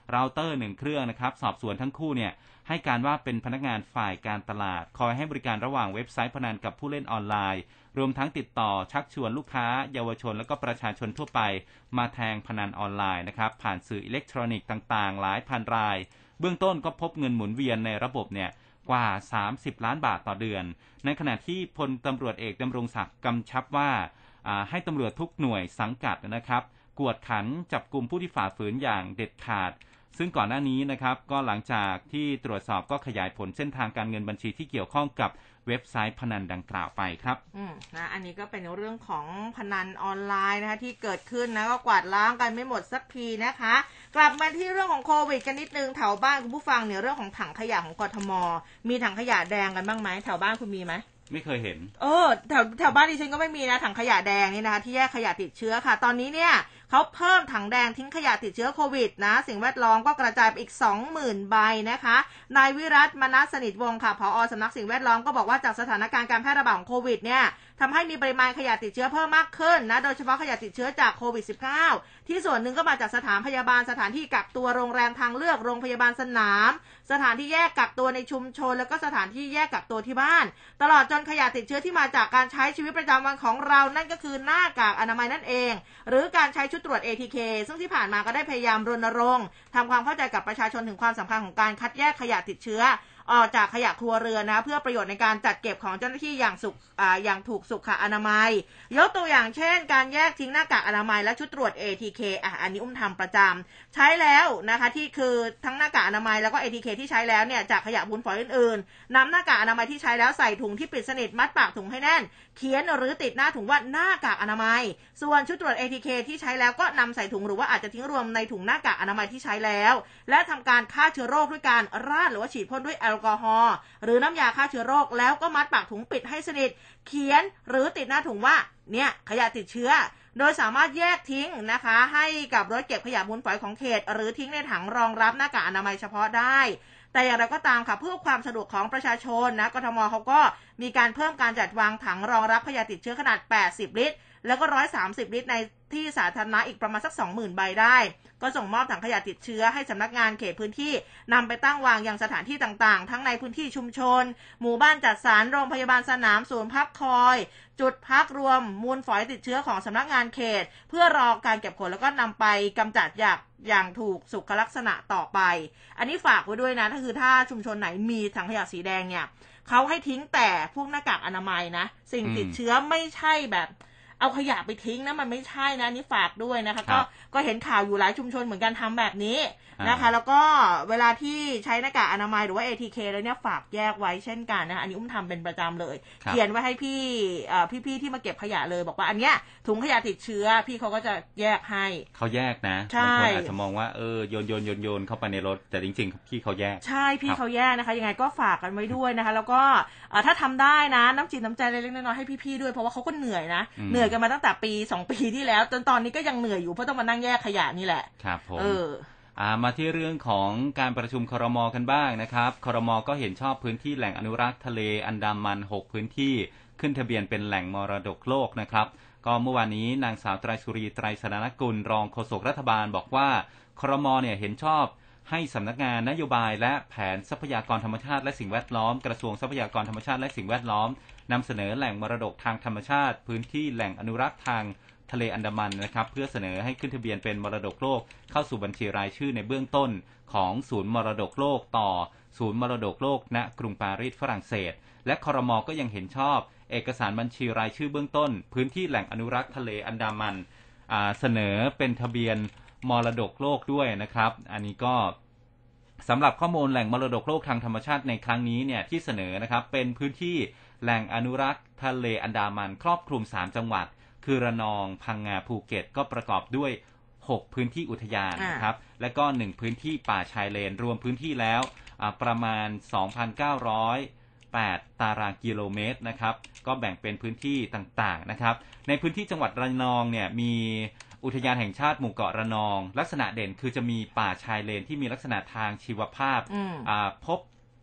Speaker 3: เราเตอร์หนึ่งเครื่องนะครับสอบสวนทั้งคู่เนี่ยให้การว่าเป็นพนักงานฝ่ายการตลาดคอยให้บริการระหว่างเว็บไซต์พนันกับผู้เล่นออนไลน์รวมทั้งติดต่อชักชวนลูกค้าเยาวชนและก็ประชาชนทั่วไปมาแทงพนันออนไลน์นะครับผ่านสื่ออิเล็กทรอนิกส์ต่างๆหลายพันรายเบื้องต้นก็พบเงินหมุนเวียนในระบบเนี่ยกว่าสามสิบล้านบาทต่อเดือนในขณะที่พลตำรวจเอกดำรงศักดิ์กำชับว่าให้ตำรวจทุกหน่วยสังกัดนะครับกวดขันจับกุมผู้ที่ฝ่าฝืนอย่างเด็ดขาดซึ่งก่อนหน้านี้นะครับก็หลังจากที่ตรวจสอบก็ขยายผลเส้นทางการเงินบัญชีที่เกี่ยวข้องกับเว็บไซต์พนันดังกล่าวไปครับ
Speaker 2: อืมนะอันนี้ก็เป็นเรื่องของพนันออนไลน์นะคะที่เกิดขึ้นนะก็กวาดล้างกันไม่หมดสักทีนะคะกลับมาที่เรื่องของโควิดกันนิดนึงแถวบ้านคุณผู้ฟังเนี่ยเรื่องของถังขยะของกทม.มีถังขยะแดงกันบ้างไหมแถวบ้านคุณมีไหม
Speaker 3: ไม่เคยเห็น
Speaker 2: เออแถวแถวบ้านดิฉันก็ไม่มีนะถังขยะแดงนี่นะคะที่แยกขยะติดเชื้อค่ะตอนนี้เนี่ยเขาเพิ่มถังแดงทิ้งขยะติดเชื้อโควิดนะสิ่งแวดล้อมก็กระจายไปอีก สองหมื่น ใบนะคะนายวิรัต มนัสสนิทวงศ์ค่ะผอ.สำนักสิ่งแวดล้อมก็บอกว่าจากสถานการณ์การแพร่ระบาดของโควิดเนี่ยทำให้มีปริมาณขยะติดเชื้อเพิ่มมากขึ้นนะโดยเฉพาะขยะติดเชื้อจากโควิด สิบเก้า ที่ส่วนหนึ่งก็มาจากสถานพยาบาลสถานที่กักตัวโรงแรมทางเลือกโรงพยาบาลสนามสถานที่แยกกักตัวในชุมชนแล้วก็สถานที่แยกกักตัวที่บ้านตลอดจนขยะติดเชื้อที่มาจากการใช้ชีวิตประจำวันของเรานั่นก็คือหน้ากากอนามัยนั่นเองหรือการใช้ชุดตรวจ เอ ที เค ซึ่งที่ผ่านมาก็ได้พยายามรณรงค์ทำความเข้าใจกับประชาชนถึงความสำคัญของการคัดแยกขยะติดเชื้อออกจากขยะครัวเรือนนะเพื่อประโยชน์ในการจัดเก็บของเจ้าหน้าที่อย่างสุขอ่าอย่างถูกสุขอนามัยยกตัวอย่างเช่นการแยกทิ้งหน้ากากอนามัยและชุดตรวจ เอ ที เค อ่ะอันนี้อุ้มทำประจำใช้แล้วนะคะที่คือทั้งหน้ากากอนามัยแล้วก็ เอ ที เค ที่ใช้แล้วเนี่ยจากขยะมูลฝอยอื่นๆนำหน้ากากอนามัยที่ใช้แล้วใส่ถุงที่ปิดสนิทมัดปากถุงให้แน่นเขียนหรือติดหน้าถุงว่าหน้ากากอนามัยส่วนชุดตรวจ เอ ที เค ที่ใช้แล้วก็นำใส่ถุงหรือว่าอาจจะทิ้งรวมในถุงหน้ากากอนามัยที่ใช้แล้วและทำการฆ่าเชื้อโรคด้วยการราดหรือว่าฉีดพ่นด้วยแอลกอฮอล์หรือน้ำยาฆ่าเชื้อโรคแล้วก็มัดปากถุงปิดให้สนิทเขียนหรือติดหน้าถุงว่าเนี่ยขยะติดเชื้อโดยสามารถแยกทิ้งนะคะให้กับรถเก็บขยะมูลฝอยของเขตหรือทิ้งในถังรองรับหน้ากากอนามัยเฉพาะได้แต่อย่างไรก็ตามค่ะเพื่อความสะดวกของประชาชนนะกทมเขาก็มีการเพิ่มการจัดวางถังรองรับขยะติดเชื้อขนาดแปดสิบลิตรแล้วก็หนึ่งร้อยสามสิบลิตรในที่สาธารณะอีกประมาณสัก สองหมื่น ใบได้ก็ส่งมอบถังขยะติดเชื้อให้สำนักงานเขตพื้นที่นำไปตั้งวางยังสถานที่ต่างๆทั้งในพื้นที่ชุมชนหมู่บ้านจัดสรรโรงพยาบาลสนามศูนย์พักคอยจุดพักรวมมูลฝอยติดเชื้อของสำนักงานเขตเพื่อรอการเก็บขนแล้วก็นำไปกำจัดอย่างอย่างถูกสุขลักษณะต่อไปอันนี้ฝากไว้ด้วยนะถ้าคือถ้าชุมชนไหนมีถังขยะสีแดงเนี่ยเขาให้ทิ้งแต่พวกหน้ากากอนามัยนะสิ่งติดเชื้อไม่ใช่แบบเอาขยะไปทิ้งนะมันไม่ใช่นะนี่ฝากด้วยนะคะก็ก็เห็นข่าวอยู่หลายชุมชนเหมือนกันทำแบบนี้นะคะแล้วก็เวลาที่ใช้หน้ากากอนามัยหรือว่า เอ ที เค แล้วเนี่ยฝากแยกไว้เช่นกันนะอันนี้อุ้มทำเป็นประจำเลยเขียนไว้ให้พี่พี่ๆที่มาเก็บขยะเลยบอกว่าอันเนี้ยถุงขยะติดเชื้อพี่เขาก็จะแยกให้
Speaker 3: เขาแยกนะบางคนอาจจะมองว่าเออโยนโยนโยนโยนเข้าไปในรถแต่จริงๆพี่เขาแยก
Speaker 2: ใช่พี่เขาแยกนะคะยังไงก็ฝากกันไว้ด้วยนะคะแล้วก็ถ้าทำได้นะน้ำจิตน้ำใจเล็กๆน้อยๆให้พี่ๆด้วยเพราะว่าเขาก็เหนื่อยนะเหนื่อยกันมาตั้งแต่ปีสองปีที่แล้วจนตอนนี้ก็ยังเหนื่อยอยู่เพราะต้องมานั่งแยกขยะนี่แหละ
Speaker 3: ครับผม
Speaker 2: เออ
Speaker 3: มาที่เรื่องของการประชุมครม.กันบ้างนะครับครม.ก็เห็นชอบพื้นที่แหล่งอนุรักษ์ทะเลอันดามันหกพื้นที่ขึ้นทะเบียนเป็นแหล่งมรดกโลกนะครับก็เมื่อวานนี้นางสาวไตรสุรีไตรสรณกุลรองโฆษกรัฐบาลบอกว่าครม.เนี่ยเห็นชอบให้สำนักงานนโยบายและแผนทรัพยากรธรรมชาติและสิ่งแวดล้อมกระทรวงทรัพยากรธรรมชาติและสิ่งแวดล้อมนำเสนอแหล่งมรดกทางธรรมชาติพื้นที่แหล่งอนุรักษ์ทางทะเลอันดามันนะครับเพื่อเสนอให้ขึ้นทะเบียนเป็นมรดกโลกเข้าสู่บัญชีรายชื่อในเบื้องต้นของศูนย์มรดกโลกต่อศูนย์มรดกโลกณกรุงปารีสฝรั่งเศสและครม.ก็ยังเห็นชอบเอกสารบัญชีรายชื่อเบื้องต้นพื้นที่แหล่งอนุรักษ์ทะเลอันดามันเสนอเป็นทะเบียนมรดกโลกด้วยนะครับอันนี้ก็สำหรับข้อมูลแหล่งมรดกโลกทางธรรมชาติในครั้งนี้เนี่ยที่เสนอนะครับเป็นพื้นที่แหล่งอนุรักษ์ทะเลอันดามันครอบคลุมสามจังหวัดคือระนองพังงาภูเก็ตก็ประกอบด้วยหกพื้นที่อุทยานนะครับและก็หนึ่งพื้นที่ป่าชายเลนรวมพื้นที่แล้วประมาณ สองพันเก้าร้อยแปด ตารางกิโลเมตรนะครับก็แบ่งเป็นพื้นที่ต่างๆนะครับในพื้นที่จังหวัดระนองเนี่ยมีอุทยานแห่งชาติหมู่เกาะระนองลักษณะเด่นคือจะมีป่าชายเลนที่มีลักษณะทางชีวภาพพบ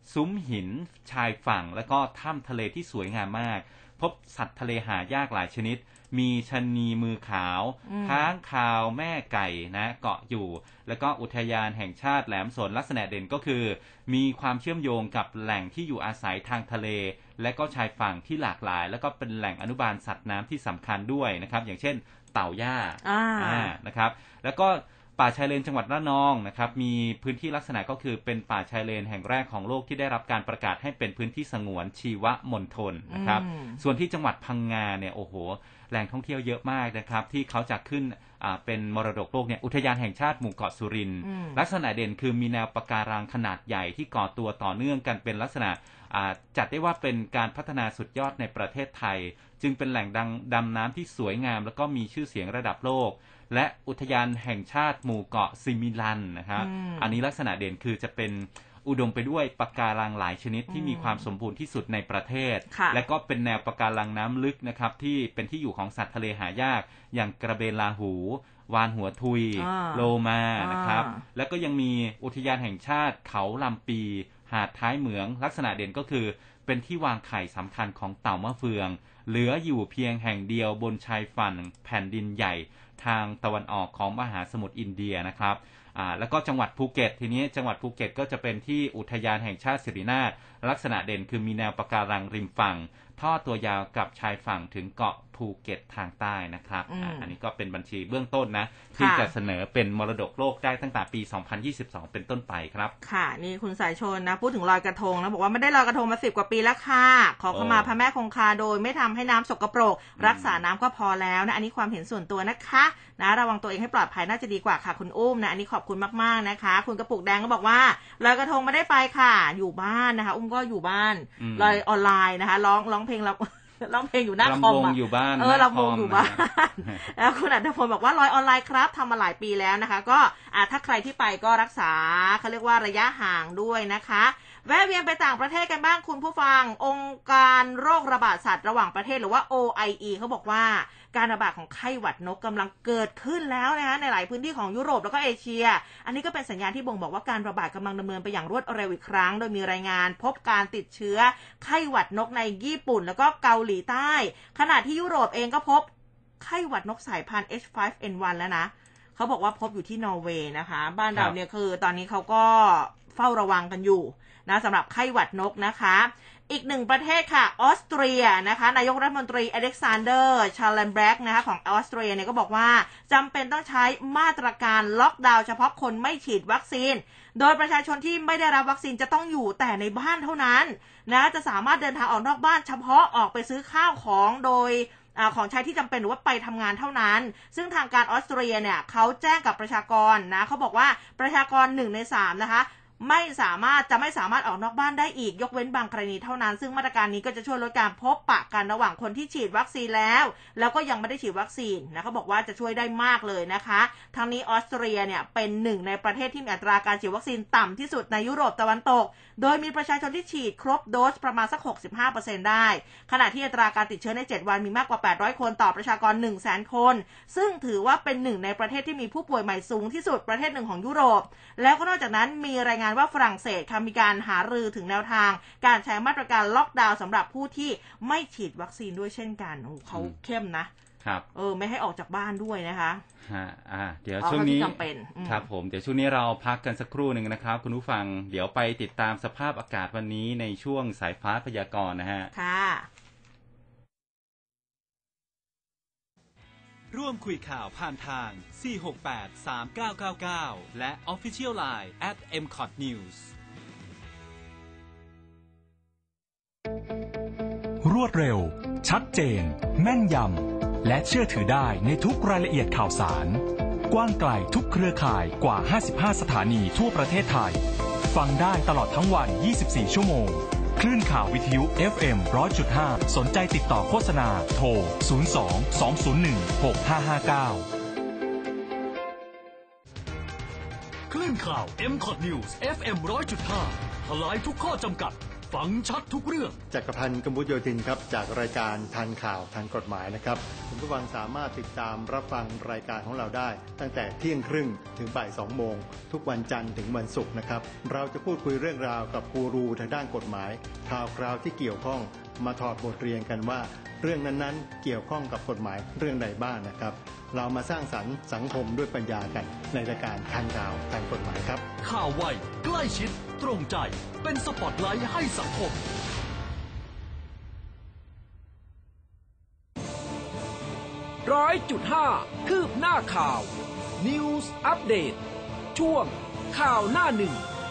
Speaker 3: ซุ้มหินชายฝั่งแล้วก็ถ้ำทะเลที่สวยงามมากพบสัตว์ทะเลหายากหลายชนิดมีชะนีมือขาวค้างคาวแม่ไก่นะเกาะอยู่แล้วก็อุทยานแห่งชาติแหลมสนลักษณะเด่นก็คือมีความเชื่อมโยงกับแหล่งที่อยู่อาศัยทางทะเลและก็ชายฝั่งที่หลากหลายแล้วก็เป็นแหล่งอนุบาลสัตว์น้ำที่สำคัญด้วยนะครับอย่างเช่นเต่าย่าอ่านะครับแล้วก็ป่าชายเลนจังหวัดระนองนะครับมีพื้นที่ลักษณะก็คือเป็นป่าชายเลนแห่งแรกของโลกที่ได้รับการประกาศให้เป็นพื้นที่สงวนชีวมณฑลนะครับส่วนที่จังหวัดพังงาเนี่ยโอ้โหแหล่งท่องเที่ยวเยอะมากนะครับที่เขาจะขึ้นเป็นมรดกโลกเนี่ยอุทยานแห่งชาติหมู่เกาะสุรินทร์ลักษณะเด่นคือมีแนวปะการังขนาดใหญ่ที่ก่อตัวต่อเนื่องกันเป็นลักษณะจัดได้ว่าเป็นการพัฒนาสุดยอดในประเทศไทยจึงเป็นแหล่งดำน้ำที่สวยงามแล้วก็มีชื่อเสียงระดับโลกและอุทยานแห่งชาติหมู่เกาะซิมิลันนะครับ อ, อันนี้ลักษณะเด่นคือจะเป็นอุดมไปด้วยปะการังหลายชนิดที่มีความสมบูรณ์ที่สุดในประเทศและก็เป็นแนวปะการังน้ำลึกนะครับที่เป็นที่อยู่ของสัตว์ทะเลหายากอย่างกระเบนลาหูวาฬหัวทุยโลมานะครับแล้วก็ยังมีอุทยานแห่งชาติเขาลำปีหาดท้ายเหมืองลักษณะเด่นก็คือเป็นที่วางไข่สำคัญของเต่ามะเฟืองเหลืออยู่เพียงแห่งเดียวบนชายฝั่งแผ่นดินใหญ่ทางตะวันออกของมหาสมุทรอินเดียนะครับอ่าแล้วก็จังหวัดภูเก็ตทีนี้จังหวัดภูเก็ตก็จะเป็นที่อุทยานแห่งชาติสิรินาถลักษณะเด่นคือมีแนวปะการังริมฝั่งท่อตัวยาวกับชายฝั่งถึงเกาะภูเก็ตทางใต้นะครับ อ, อันนี้ก็เป็นบัญชีเบื้องต้นนะที่จะเสนอเป็นมรดกโลกได้ตั้งแต่ปีสองพันยี่สิบสองเป็นต้นไปครับ
Speaker 2: ค่ะนี่คุณสายชนนะพูดถึงลอยกระทงนะบอกว่าไม่ได้ลอยกระทงมาสิบกว่าปีแล้วค่ะขอเข้ามาพระแม่คงคาโดยไม่ทำให้น้ำสกปรกรักษาน้ำก็พอแล้วนะอันนี้ความเห็นส่วนตัวนะคะนะระวังตัวเองให้ปลอดภัยน่าจะดีกว่าค่ะคุณอุ้มนะอันนี้ขอบคุณมากๆนะคะคุณกระปุกแดงก็บอกว่าลอยกระทงไม่ได้ไปค่ะอยู่บ้านนะคะอุ้มก็อยู่บ้านลอยออนไลน์นะคะร้องร้องเพลงแล้วร้องเพลงอยู่หน้าคอมอ่ะ
Speaker 3: อยู่บ้าน
Speaker 2: เออลำวงอยู่บ้านแล้วคุณอัฏฐพลบอกว่าลอยออนไลน์ครับทำมาหลายปีแล้วนะคะก็อ่าถ้าใครที่ไปก็รักษาเขาเรียกว่าระยะห่างด้วยนะคะแวะเวียนไปต่างประเทศกันบ้างคุณผู้ฟังองค์การโรคระบาดสัตว์ระหว่างประเทศหรือว่า โอ ไอ อี เขาบอกว่าการระบาดของไข้หวัดนกกำลังเกิดขึ้นแล้วนะคะในหลายพื้นที่ของยุโรปแล้วก็เอเชียอันนี้ก็เป็นสัญญาณที่บ่งบอกว่าการระบาดกำลังดำเนินไปอย่างรวดเร็วอีกครั้งโดยมีรายงานพบการติดเชื้อไข้หวัดนกในญี่ปุ่นแล้วก็เกาหลีใต้ขณะที่ยุโรปเองก็พบไข้หวัดนกสายพันธุ์ เอช ไฟว์ เอ็น วัน แล้วนะเขาบอกว่าพบอยู่ที่นอร์เวย์นะคะบ้านเราเนี่ยคือตอนนี้เขาก็เฝ้าระวังกันอยู่นะสำหรับไข้หวัดนกนะคะอีกหนึ่งประเทศค่ะออสเตรียนะคะนายกรัฐมนตรีอเล็กซานเดอร์ชาเลนแบล็กนะคะของออสเตรียเนี่ยก็บอกว่าจำเป็นต้องใช้มาตรการล็อกดาวน์เฉพาะคนไม่ฉีดวัคซีนโดยประชาชนที่ไม่ได้รับวัคซีนจะต้องอยู่แต่ในบ้านเท่านั้นนะจะสามารถเดินทางออกนอกบ้านเฉพาะออกไปซื้อข้าวของโดยของใช้ที่จำเป็นหรือว่าไปทำงานเท่านั้นซึ่งทางการออสเตรียเนี่ยเขาแจ้งกับประชากรนะเขาบอกว่าประชากรหนึ่งในสามนะคะไม่สามารถจะไม่สามารถออกนอกบ้านได้อีกยกเว้นบางกรณีเท่านั้นซึ่งมาตรการนี้ก็จะช่วยลดการพบปะกันระหว่างคนที่ฉีดวัคซีนแล้วแล้วก็ยังไม่ได้ฉีดวัคซีนนะเขาบอกว่าจะช่วยได้มากเลยนะคะทั้งนี้ออสเตรียเนี่ยเป็นหนึ่งในประเทศที่มีอัตราการฉีดวัคซีนต่ำที่สุดในยุโรปตะวันตกโดยมีประชาชนที่ฉีดครบโดสประมาณสัก หกสิบห้าเปอร์เซ็นต์ ได้ขณะที่อัตราการติดเชื้อในเจ็ดวันมีมากกว่าแปดร้อยคนต่อประชากร หนึ่งแสน คนซึ่งถือว่าเป็นหนึ่งในประเทศที่มีผู้ป่วยใหม่สูงที่สุดประเทศหนึ่งของยุโรปแล้วก็นอกจากนั้นมีรายงานว่าฝรั่งเศสมีการหารือถึงแนวทางการใช้มาตรการล็อกดาวน์สำหรับผู้ที่ไม่ฉีดวัคซีนด้วยเช่นกันโอ้เขาเข้มนะครับเออไม่ให้ออกจากบ้านด้วยนะคะ
Speaker 3: ฮะอ่าเดี๋ยวช่วงนี้ครับผมเดี๋ยวช่วงนี้เราพักกันสักครู่หนึ่งนะครับคุณผู้ฟังเดี๋ยวไปติดตามสภาพอากาศวันนี้ในช่วงสายฟ้าพยากรณ์นะฮะ
Speaker 2: ค่ะ
Speaker 1: ร่วมคุยข่าวผ่านทางสี่หกแปด สามเก้าเก้าเก้าและ Official ไลน์ แอท เอ็ม คอท นิวส์
Speaker 4: รวดเร็วชัดเจนแม่นยำและเชื่อถือได้ในทุกรายละเอียดข่าวสารกว้างไกลทุกเครือข่ายกว่าห้าสิบห้าสถานีทั่วประเทศไทยฟังได้ตลอดทั้งวันยี่สิบสี่ชั่วโมงคลื่นข่าววิทยุ เอฟ เอ็ม หนึ่งร้อยจุดห้า สนใจติดต่อโฆษณาโทรศูนย์ สอง สอง ศูนย์ หนึ่ง หก ห้า ห้า เก้า
Speaker 5: คลื่นข่าว เอ็ม คอท News เอฟ เอ็ม หนึ่งร้อยจุดห้า ทลายทุกข้อจำกัด
Speaker 1: ฟังชัดทุกเรื่อง
Speaker 5: จักรพันธ์กำพุโยธินครับจากรายการทันข่าวทันกฎหมายนะครับคุณผู้ฟังสามารถติดตามรับฟังรายการของเราได้ตั้งแต่เที่ยงครึ่งถึงบ่ายสองโมงทุกวันจันทร์ถึงวันศุกร์นะครับเราจะพูดคุยเรื่องราวกับกูรูทางด้านกฎหมายข่าวคราวที่เกี่ยวข้องมาถอดบทเรียนกันว่าเรื่องนั้นๆเกี่ยวข้องกับกฎหมายเรื่องใดบ้างนะครับเรามาสร้างสรรค์สังคมด้วยปัญญากันในรายการทันข่าวทันกฎหมายครับ
Speaker 1: ข่าวไวใกล้ชิดตรงใจเป็นสปอตไลท์ให้สังคมร้อยจุดห้าคืบหน้าข่าว News Update ช่วงข่าวหน้าหนึ่ง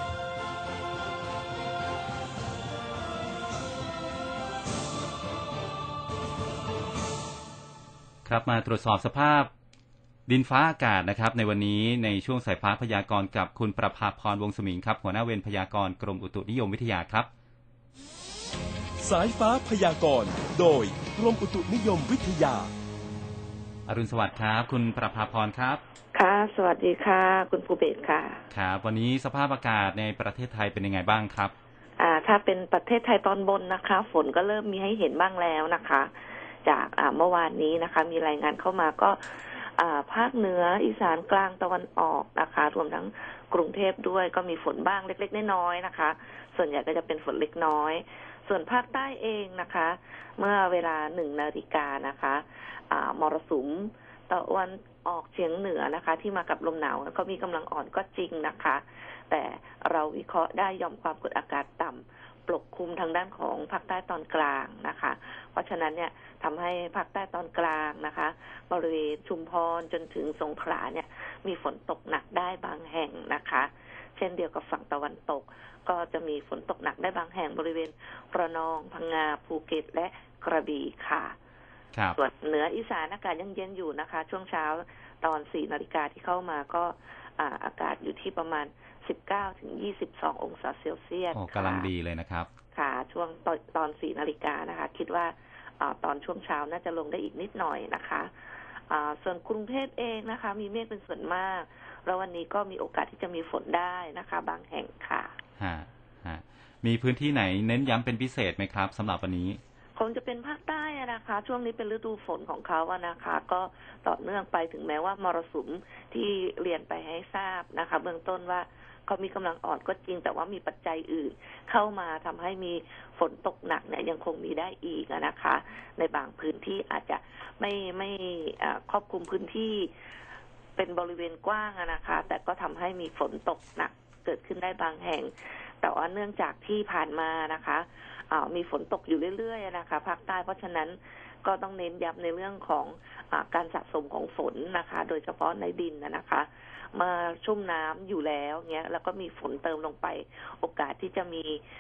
Speaker 3: ครับมาตรวจสอบสภาพดินฟ้าอากาศนะครับในวันนี้ในช่วงสายฟ้าพยากรณ์กับคุณประภาพรวงศ์สมิงครับหัวหน้าเวรพยากรณ์กรมอุตุนิยมวิทยาครับ
Speaker 6: สายฟ้าพยากรณ์โดยกรมอุตุนิยมวิทยา
Speaker 3: อรุณสวัสดิ์ครับคุณประภาพรครับ
Speaker 7: ค่ะสวัสดีค่ะคุณภูเบศค่ะ
Speaker 3: ครับวันนี้สภาพอากาศในประเทศไทยเป็นยังไงบ้างครับ
Speaker 7: อ่าถ้าเป็นประเทศไทยตอนบนนะคะฝนก็เริ่มมีให้เห็นบ้างแล้วนะคะจากเมื่อวานนี้นะคะมีรายงานเข้ามาก็ภาคเหนืออีสานกลางตะวันออกนะคะรวมทั้งกรุงเทพด้วยก็มีฝนบ้างเล็กๆน้อยๆนะคะส่วนใหญ่ก็จะเป็นฝนเล็กน้อยส่วนภาคใต้เองนะคะเมื่อเวลาหนึ่งนาฬิกานะคะมรสุมตะวันออกเฉียงเหนือนะคะที่มากับลมหนาวก็มีกำลังอ่อนก็จริงนะคะแต่เราวิเคราะห์ได้หย่อมความกดอากาศต่ำปกคลุมทางด้านของภาคใต้ตอนกลางนะคะเพราะฉะนั้นเนี่ยทำให้ภาคใต้ตอนกลางนะคะบริเวณชุมพรจนถึงสงขลาเนี่ยมีฝนตกหนักได้บางแห่งนะคะเช่นเดียวกับฝั่งตะวันตกก็จะมีฝนตกหนักได้บางแห่งบริเวณระนองพังงาภูเก็ตและกระบี่ค่ะส่วนเหนืออีสานอากาศยังเย็นอยู่นะคะช่วงเช้าตอนสี่นาฬิกาที่เข้ามาก็อากาศอยู่ที่ประมาณสิบเก้าถึงยี่สิบสององศาเซลเซียส
Speaker 3: กำลังดีเลยนะครับ
Speaker 7: ค่ะช่วงตอนตอนสี่นาฬิกานะคะคิดว่าตอนช่วงเช้าน่าจะลงได้อีกนิดหน่อยนะคะส่วนกรุงเทพเองนะคะมีเมฆเป็นส่วนมากแล้ววันนี้ก็มีโอกาสที่จะมีฝนได้นะคะบางแห่งค่ะ
Speaker 3: ฮะฮะมีพื้นที่ไหนเน้นย้ำเป็นพิเศษไหมครับสำหรับวันนี้
Speaker 7: คงจะเป็นภาคใต้นะคะช่วงนี้เป็นฤดูฝนของเขาอะนะคะก็ต่อเนื่องไปถึงแม้ว่ามรสุมที่เรียนไปให้ทราบนะคะเบื้องต้นว่าเขามีกำลังอ่อนก็จริงแต่ว่ามีปัจจัยอื่นเข้ามาทำให้มีฝนตกหนักเนี่ยยังคงมีได้อีกนะคะในบางพื้นที่อาจจะไม่ไม่ครอบคลุมพื้นที่เป็นบริเวณกว้างนะคะแต่ก็ทำให้มีฝนตกหนักเกิดขึ้นได้บางแห่งแต่ว่าเนื่องจากที่ผ่านมานะคะมีฝนตกอยู่เรื่อยๆนะคะภาคใต้เพราะฉะนั้นก็ต้องเน้นย้ำในเรื่องของการสะสมของฝนนะคะโดยเฉพาะในดินนะคะมาชุ่มน้ำอยู่แล้วเงี้ยแล้วก็มีฝนเติมลงไปโอกาสที่จะมี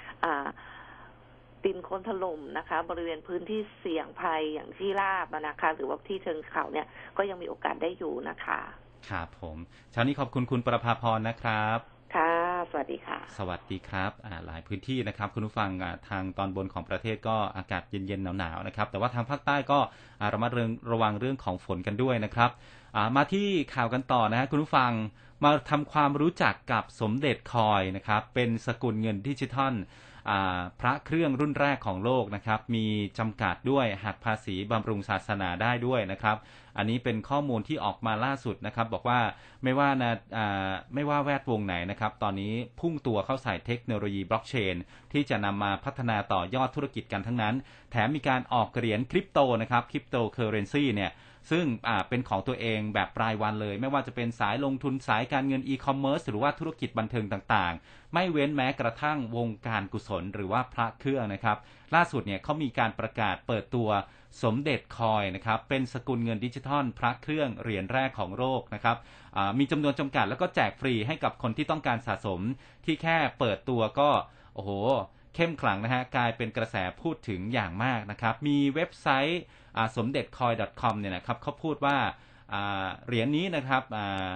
Speaker 7: ดินโคลนถล่มนะคะบริเวณพื้นที่เสี่ยงภัยอย่างที่ราบนะคะหรือว่าที่เชิงเขาเนี่ยก็ยังมีโอกาสได้อยู่นะคะ
Speaker 3: ครับผมเช้านี้ขอบคุณคุณประภาพรนะครับ
Speaker 7: ค่ะสวัสดีค่ะ
Speaker 3: สวัสดีครับหลายพื้นที่นะครับคุณผู้ฟังทางตอนบนของประเทศก็อากาศเย็นๆหนาวๆนะครับแต่ว่าทางภาคใต้ก็ระมัดระวังเรื่องของฝนกันด้วยนะครับมาที่ข่าวกันต่อนะฮะคุณผู้ฟังมาทำความรู้จักกับสมเด็จคอยนะครับเป็นสกุลเงินดิจิทัลพระเครื่องรุ่นแรกของโลกนะครับมีจำกัดด้วยหักภาษีบำรุงศาสนาได้ด้วยนะครับอันนี้เป็นข้อมูลที่ออกมาล่าสุดนะครับบอกว่าไม่ว่านะไม่ว่าแวดวงไหนนะครับตอนนี้พุ่งตัวเข้าใส่เทคโนโลยีบล็อกเชนที่จะนำมาพัฒนาต่อยอดธุรกิจกันทั้งนั้นแถมมีการออกเหรียญคริปโตนะครับคริปโตเคอเรนซีเนี่ยซึ่งเป็นของตัวเองแบบรายวันเลยไม่ว่าจะเป็นสายลงทุนสายการเงินอีคอมเมิร์ซหรือว่าธุรกิจบันเทิงต่างๆไม่เว้นแม้กระทั่งวงการกุศลหรือว่าพระเครื่องนะครับล่าสุดเนี่ยเขามีการประกาศเปิดตัวสมเด็จคอยนะครับเป็นสกุลเงินดิจิทัลพระเครื่องเหรียญแรกของโลกนะครับมีจำนวนจำกัดแล้วก็แจกฟรีให้กับคนที่ต้องการสะสมที่แค่เปิดตัวก็โอ้โหเข้มขลังนะฮะกลายเป็นกระแสพูดถึงอย่างมากนะครับมีเว็บไซต์สมเด็จคอย .com เนี่ยนะครับเขาพูดว่าเหรียญนี้นะครับ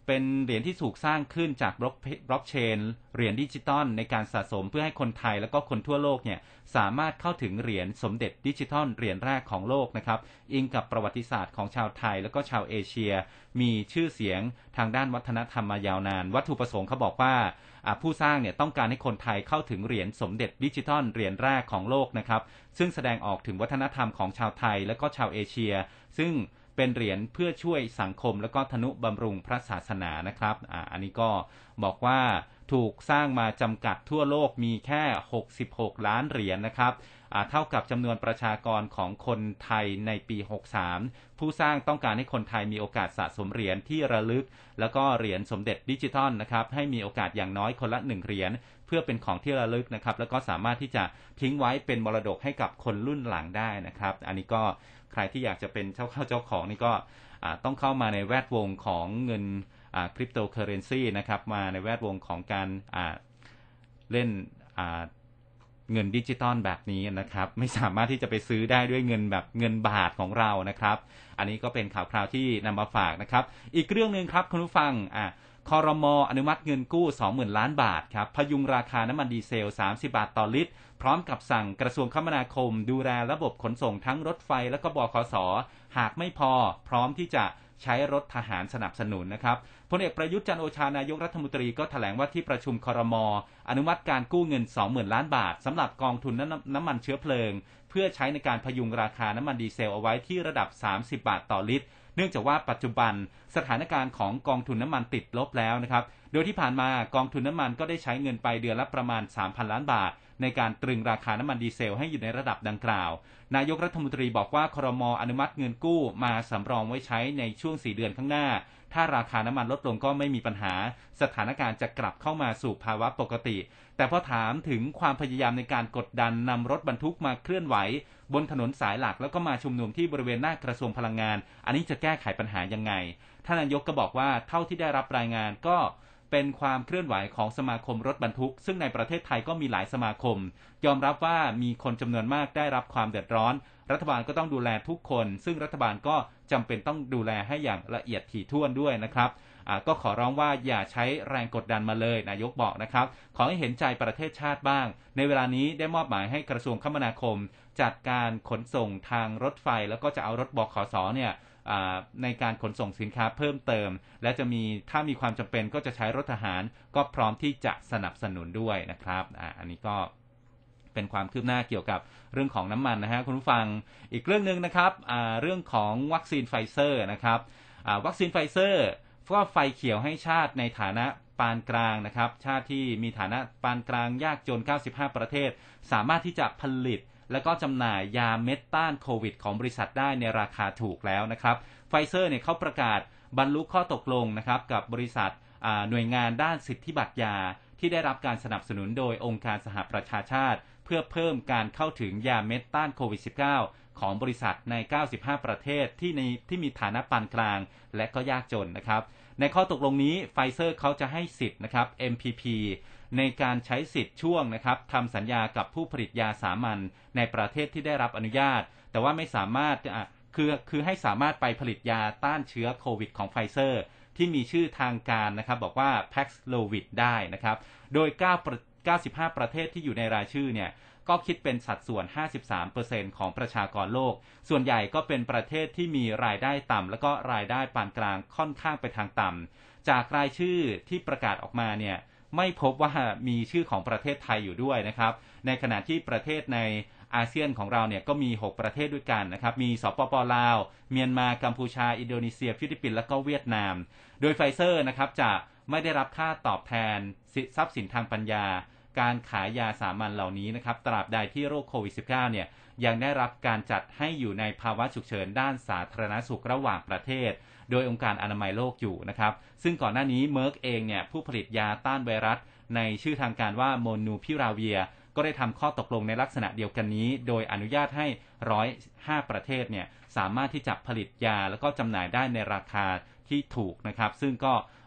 Speaker 3: เป็นเหรียญที่ถูกสร้างขึ้นจากบล็อกบล็อกเชนเหรียญดิจิตอลในการสะสมเพื่อให้คนไทยแล้วก็คนทั่วโลกเนี่ยสามารถเข้าถึงเหรียญสมเด็จดิจิทัลเหรียญแรกของโลกนะครับอิงกับประวัติศาสตร์ของชาวไทยแล้วก็ชาวเอเชียมีชื่อเสียงทางด้านวัฒนธรรมมายาวนานวัตถุประสงค์เขาบอกว่าผู้สร้างเนี่ยต้องการให้คนไทยเข้าถึงเหรียญสมเด็จดิจิทัลเหรียญแรกของโลกนะครับซึ่งแสดงออกถึงวัฒนธรรมของชาวไทยและก็ชาวเอเชียซึ่งเป็นเหรียญเพื่อช่วยสังคมและก็ทนุบำรุงพระศาสนานะครับอ่าอันนี้ก็บอกว่าถูกสร้างมาจำกัดทั่วโลกมีแค่หกสิบหกล้านเหรียญ นะครับอ่าเท่ากับจำนวนประชากรของคนไทยในปีหกสิบสามผู้สร้างต้องการให้คนไทยมีโอกาสสะสมเหรียญที่ระลึกแล้วก็เหรียญสมเด็จดิจิทัลนะครับให้มีโอกาสอย่างน้อยคนละหนึ่งเหรียญเพื่อเป็นของที่ระลึกนะครับแล้วก็สามารถที่จะทิ้งไว้เป็นมรดกให้กับคนรุ่นหลังได้นะครับอันนี้ก็ใครที่อยากจะเป็นเจ้าเข้าเจ้าของนี่ก็ต้องเข้ามาในแวดวงของเงินคริปโตเคอเรนซีนะครับมาในแวดวงของการเล่นเงินดิจิตอลแบบนี้นะครับไม่สามารถที่จะไปซื้อได้ด้วยเงินแบบเงินบาทของเรานะครับอันนี้ก็เป็นข่าวคราวที่นำมาฝากนะครับอีกเรื่องนึงครับคุณผู้ฟังอ่ะครม.อนุมัติเงินกู้ สองหมื่น ล้านบาทครับพยุงราคาน้ำมันดีเซลสามสิบบาทต่อลิตรพร้อมกับสั่งกระทรวงคมนาคมดูแลระบบขนส่งทั้งรถไฟและก็บขส.หากไม่พอพร้อมที่จะใช้รถทหารสนับสนุนนะครับพลเอกประยุทธ์จันทร์โอชานายกรัฐมนตรีก็แถลงว่าที่ประชุมครม.อนุมัติการกู้เงิน สองหมื่น ล้านบาทสำหรับกองทุนน้ำมันเชื้อเพลิงเพื่อใช้ในการพยุงราคาน้ำมันดีเซลเอาไว้ที่ระดับสามสิบบาทต่อลิตรเนื่องจากว่าปัจจุบันสถานการณ์ของกองทุนน้ำมันติดลบแล้วนะครับโดยที่ผ่านมากองทุนน้ำมันก็ได้ใช้เงินไปเดือนละประมาณ สามพัน ล้านบาทในการตรึงราคาน้ำมันดีเซลให้อยู่ในระดับดังกล่าวนายกรัฐมนตรีบอกว่าครม.อนุมัติเงินกู้มาสำรองไว้ใช้ในช่วงสี่เดือนข้างหน้าถ้าราคาน้ำมันลดลงก็ไม่มีปัญหาสถานการณ์จะกลับเข้ามาสู่ภาวะปกติแต่พอถามถึงความพยายามในการกดดันนำรถบรรทุกมาเคลื่อนไหวบนถนนสายหลักแล้วก็มาชุมนุมที่บริเวณหน้ากระทรวงพลังงานอันนี้จะแก้ไขปัญหายังไงท่านนายกก็บอกว่าเท่าที่ได้รับรายงานก็เป็นความเคลื่อนไหวของสมาคมรถบรรทุกซึ่งในประเทศไทยก็มีหลายสมาคมยอมรับว่ามีคนจำนวนมากได้รับความเดือดร้อนรัฐบาลก็ต้องดูแลทุกคนซึ่งรัฐบาลก็จำเป็นต้องดูแลให้อย่างละเอียดถี่ถ้วนด้วยนะครับก็ขอร้องว่าอย่าใช้แรงกดดันมาเลยนายกบอกนะครับขอให้เห็นใจประเทศชาติบ้างในเวลานี้ได้มอบหมายให้กระทรวงคมนาคมจัดการขนส่งทางรถไฟแล้วก็จะเอารถบขส.เนี่ยในการขนส่งสินค้าเพิ่มเติมและจะมีถ้ามีความจำเป็นก็จะใช้รถทหารก็พร้อมที่จะสนับสนุนด้วยนะครับ อ, อันนี้ก็เป็นความคืบหน้าเกี่ยวกับเรื่องของน้ำมันนะฮะคุณผู้ฟังอีกเรื่องนึงนะครับเรื่องของวัคซีนไฟเซอร์นะครับวัคซีนไฟเซอร์ก็ไฟเขียวให้ชาติในฐานะปานกลางนะครับชาติที่มีฐานะปานกลางยากจนเก้าสิบห้าประเทศสามารถที่จะผลิตแล้วก็จำหน่ายยาเม็ดต้านโควิดของบริษัทได้ในราคาถูกแล้วนะครับไฟเซอร์เนี่ยเขาประกาศบรรลุข้อตกลงนะครับกับบริษัทหน่วยงานด้านสิทธิบัตรยาที่ได้รับการสนับสนุนโดยองค์การสหประชาชาติเพื่อเพิ่มการเข้าถึงยาเม็ดต้านโควิด สิบเก้า ของบริษัทในเก้าสิบห้าประเทศที่ในที่มีฐานะปานกลางและก็ยากจนนะครับในข้อตกลงนี้ไฟเซอร์เขาจะให้สิทธิ์นะครับ เอ็ม พี พี ในการใช้สิทธิ์ช่วงนะครับทำสัญญากับผู้ผลิตยาสามัญในประเทศที่ได้รับอนุญาตแต่ว่าไม่สามารถคือคือให้สามารถไปผลิตยาต้านเชื้อโควิดของไฟเซอร์ที่มีชื่อทางการนะครับบอกว่า Paxlovid ได้นะครับโดยเก้าสิบห้าประเทศที่อยู่ในรายชื่อเนี่ยก็คิดเป็นสัดส่วน ห้าสิบสามเปอร์เซ็นต์ ของประชากรโลกส่วนใหญ่ก็เป็นประเทศที่มีรายได้ต่ำแล้วก็รายได้ปานกลางค่อนข้างไปทางต่ำจากรายชื่อที่ประกาศออกมาเนี่ยไม่พบว่ามีชื่อของประเทศไทยอยู่ด้วยนะครับในขณะที่ประเทศในอาเซียนของเราเนี่ยก็มีหกประเทศด้วยกันนะครับมีสปป.ลาวเมียนมากัมพูชาอินโดนีเซียฟิลิปปินส์และก็เวียดนามโดยไฟเซอร์นะครับจะไม่ได้รับค่าตอบแทนทรัพย์สินทางปัญญาการขายยาสามัญเหล่านี้นะครับตราบใดที่โรคโควิด สิบเก้า เนี่ยยังได้รับการจัดให้อยู่ในภาวะฉุกเฉินด้านสาธารณสุขระหว่างประเทศโดยองค์การอนามัยโลกอยู่นะครับซึ่งก่อนหน้านี้เมอร์กเองเนี่ยผู้ผลิตยาต้านไวรัสในชื่อทางการว่าโมนูพิราเวียก็ได้ทำข้อตกลงในลักษณะเดียวกันนี้โดยอนุญาตให้หนึ่งร้อยห้าประเทศเนี่ยสามารถที่จะผลิตยาแล้วก็จำหน่ายได้ในราคาที่ถูกนะครับซึ่งก็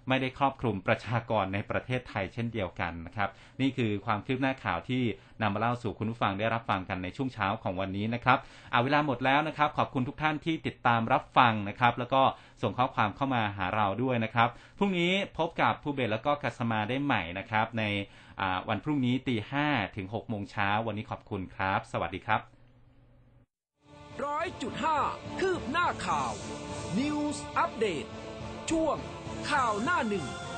Speaker 3: ไม่ได้ครอบคลุมประชากรในประเทศไทยเช่นเดียวกันนะครับนี่คือความคืบหน้าข่าวที่นำมาเล่าสู่คุณผู้ฟังได้รับฟังกันในช่วงเช้าของวันนี้นะครับเอาเวลาหมดแล้วนะครับขอบคุณทุกท่านที่ติดตามรับฟังนะครับแล้วก็ส่งข้อความเข้ามาหาเราด้วยนะครับพรุ่งนี้พบกับภูเบศแล้วก็กัสมาได้ใหม่นะครับในวันพรุ่งนี้ตีห้าถึงหกโมงเช้าวันนี้ขอบคุณครับสวัสดีครับ
Speaker 1: ร้อยจุดห้าคืบหน้าข่าว News Update ช่วงข่าวหน้าหนึ่ง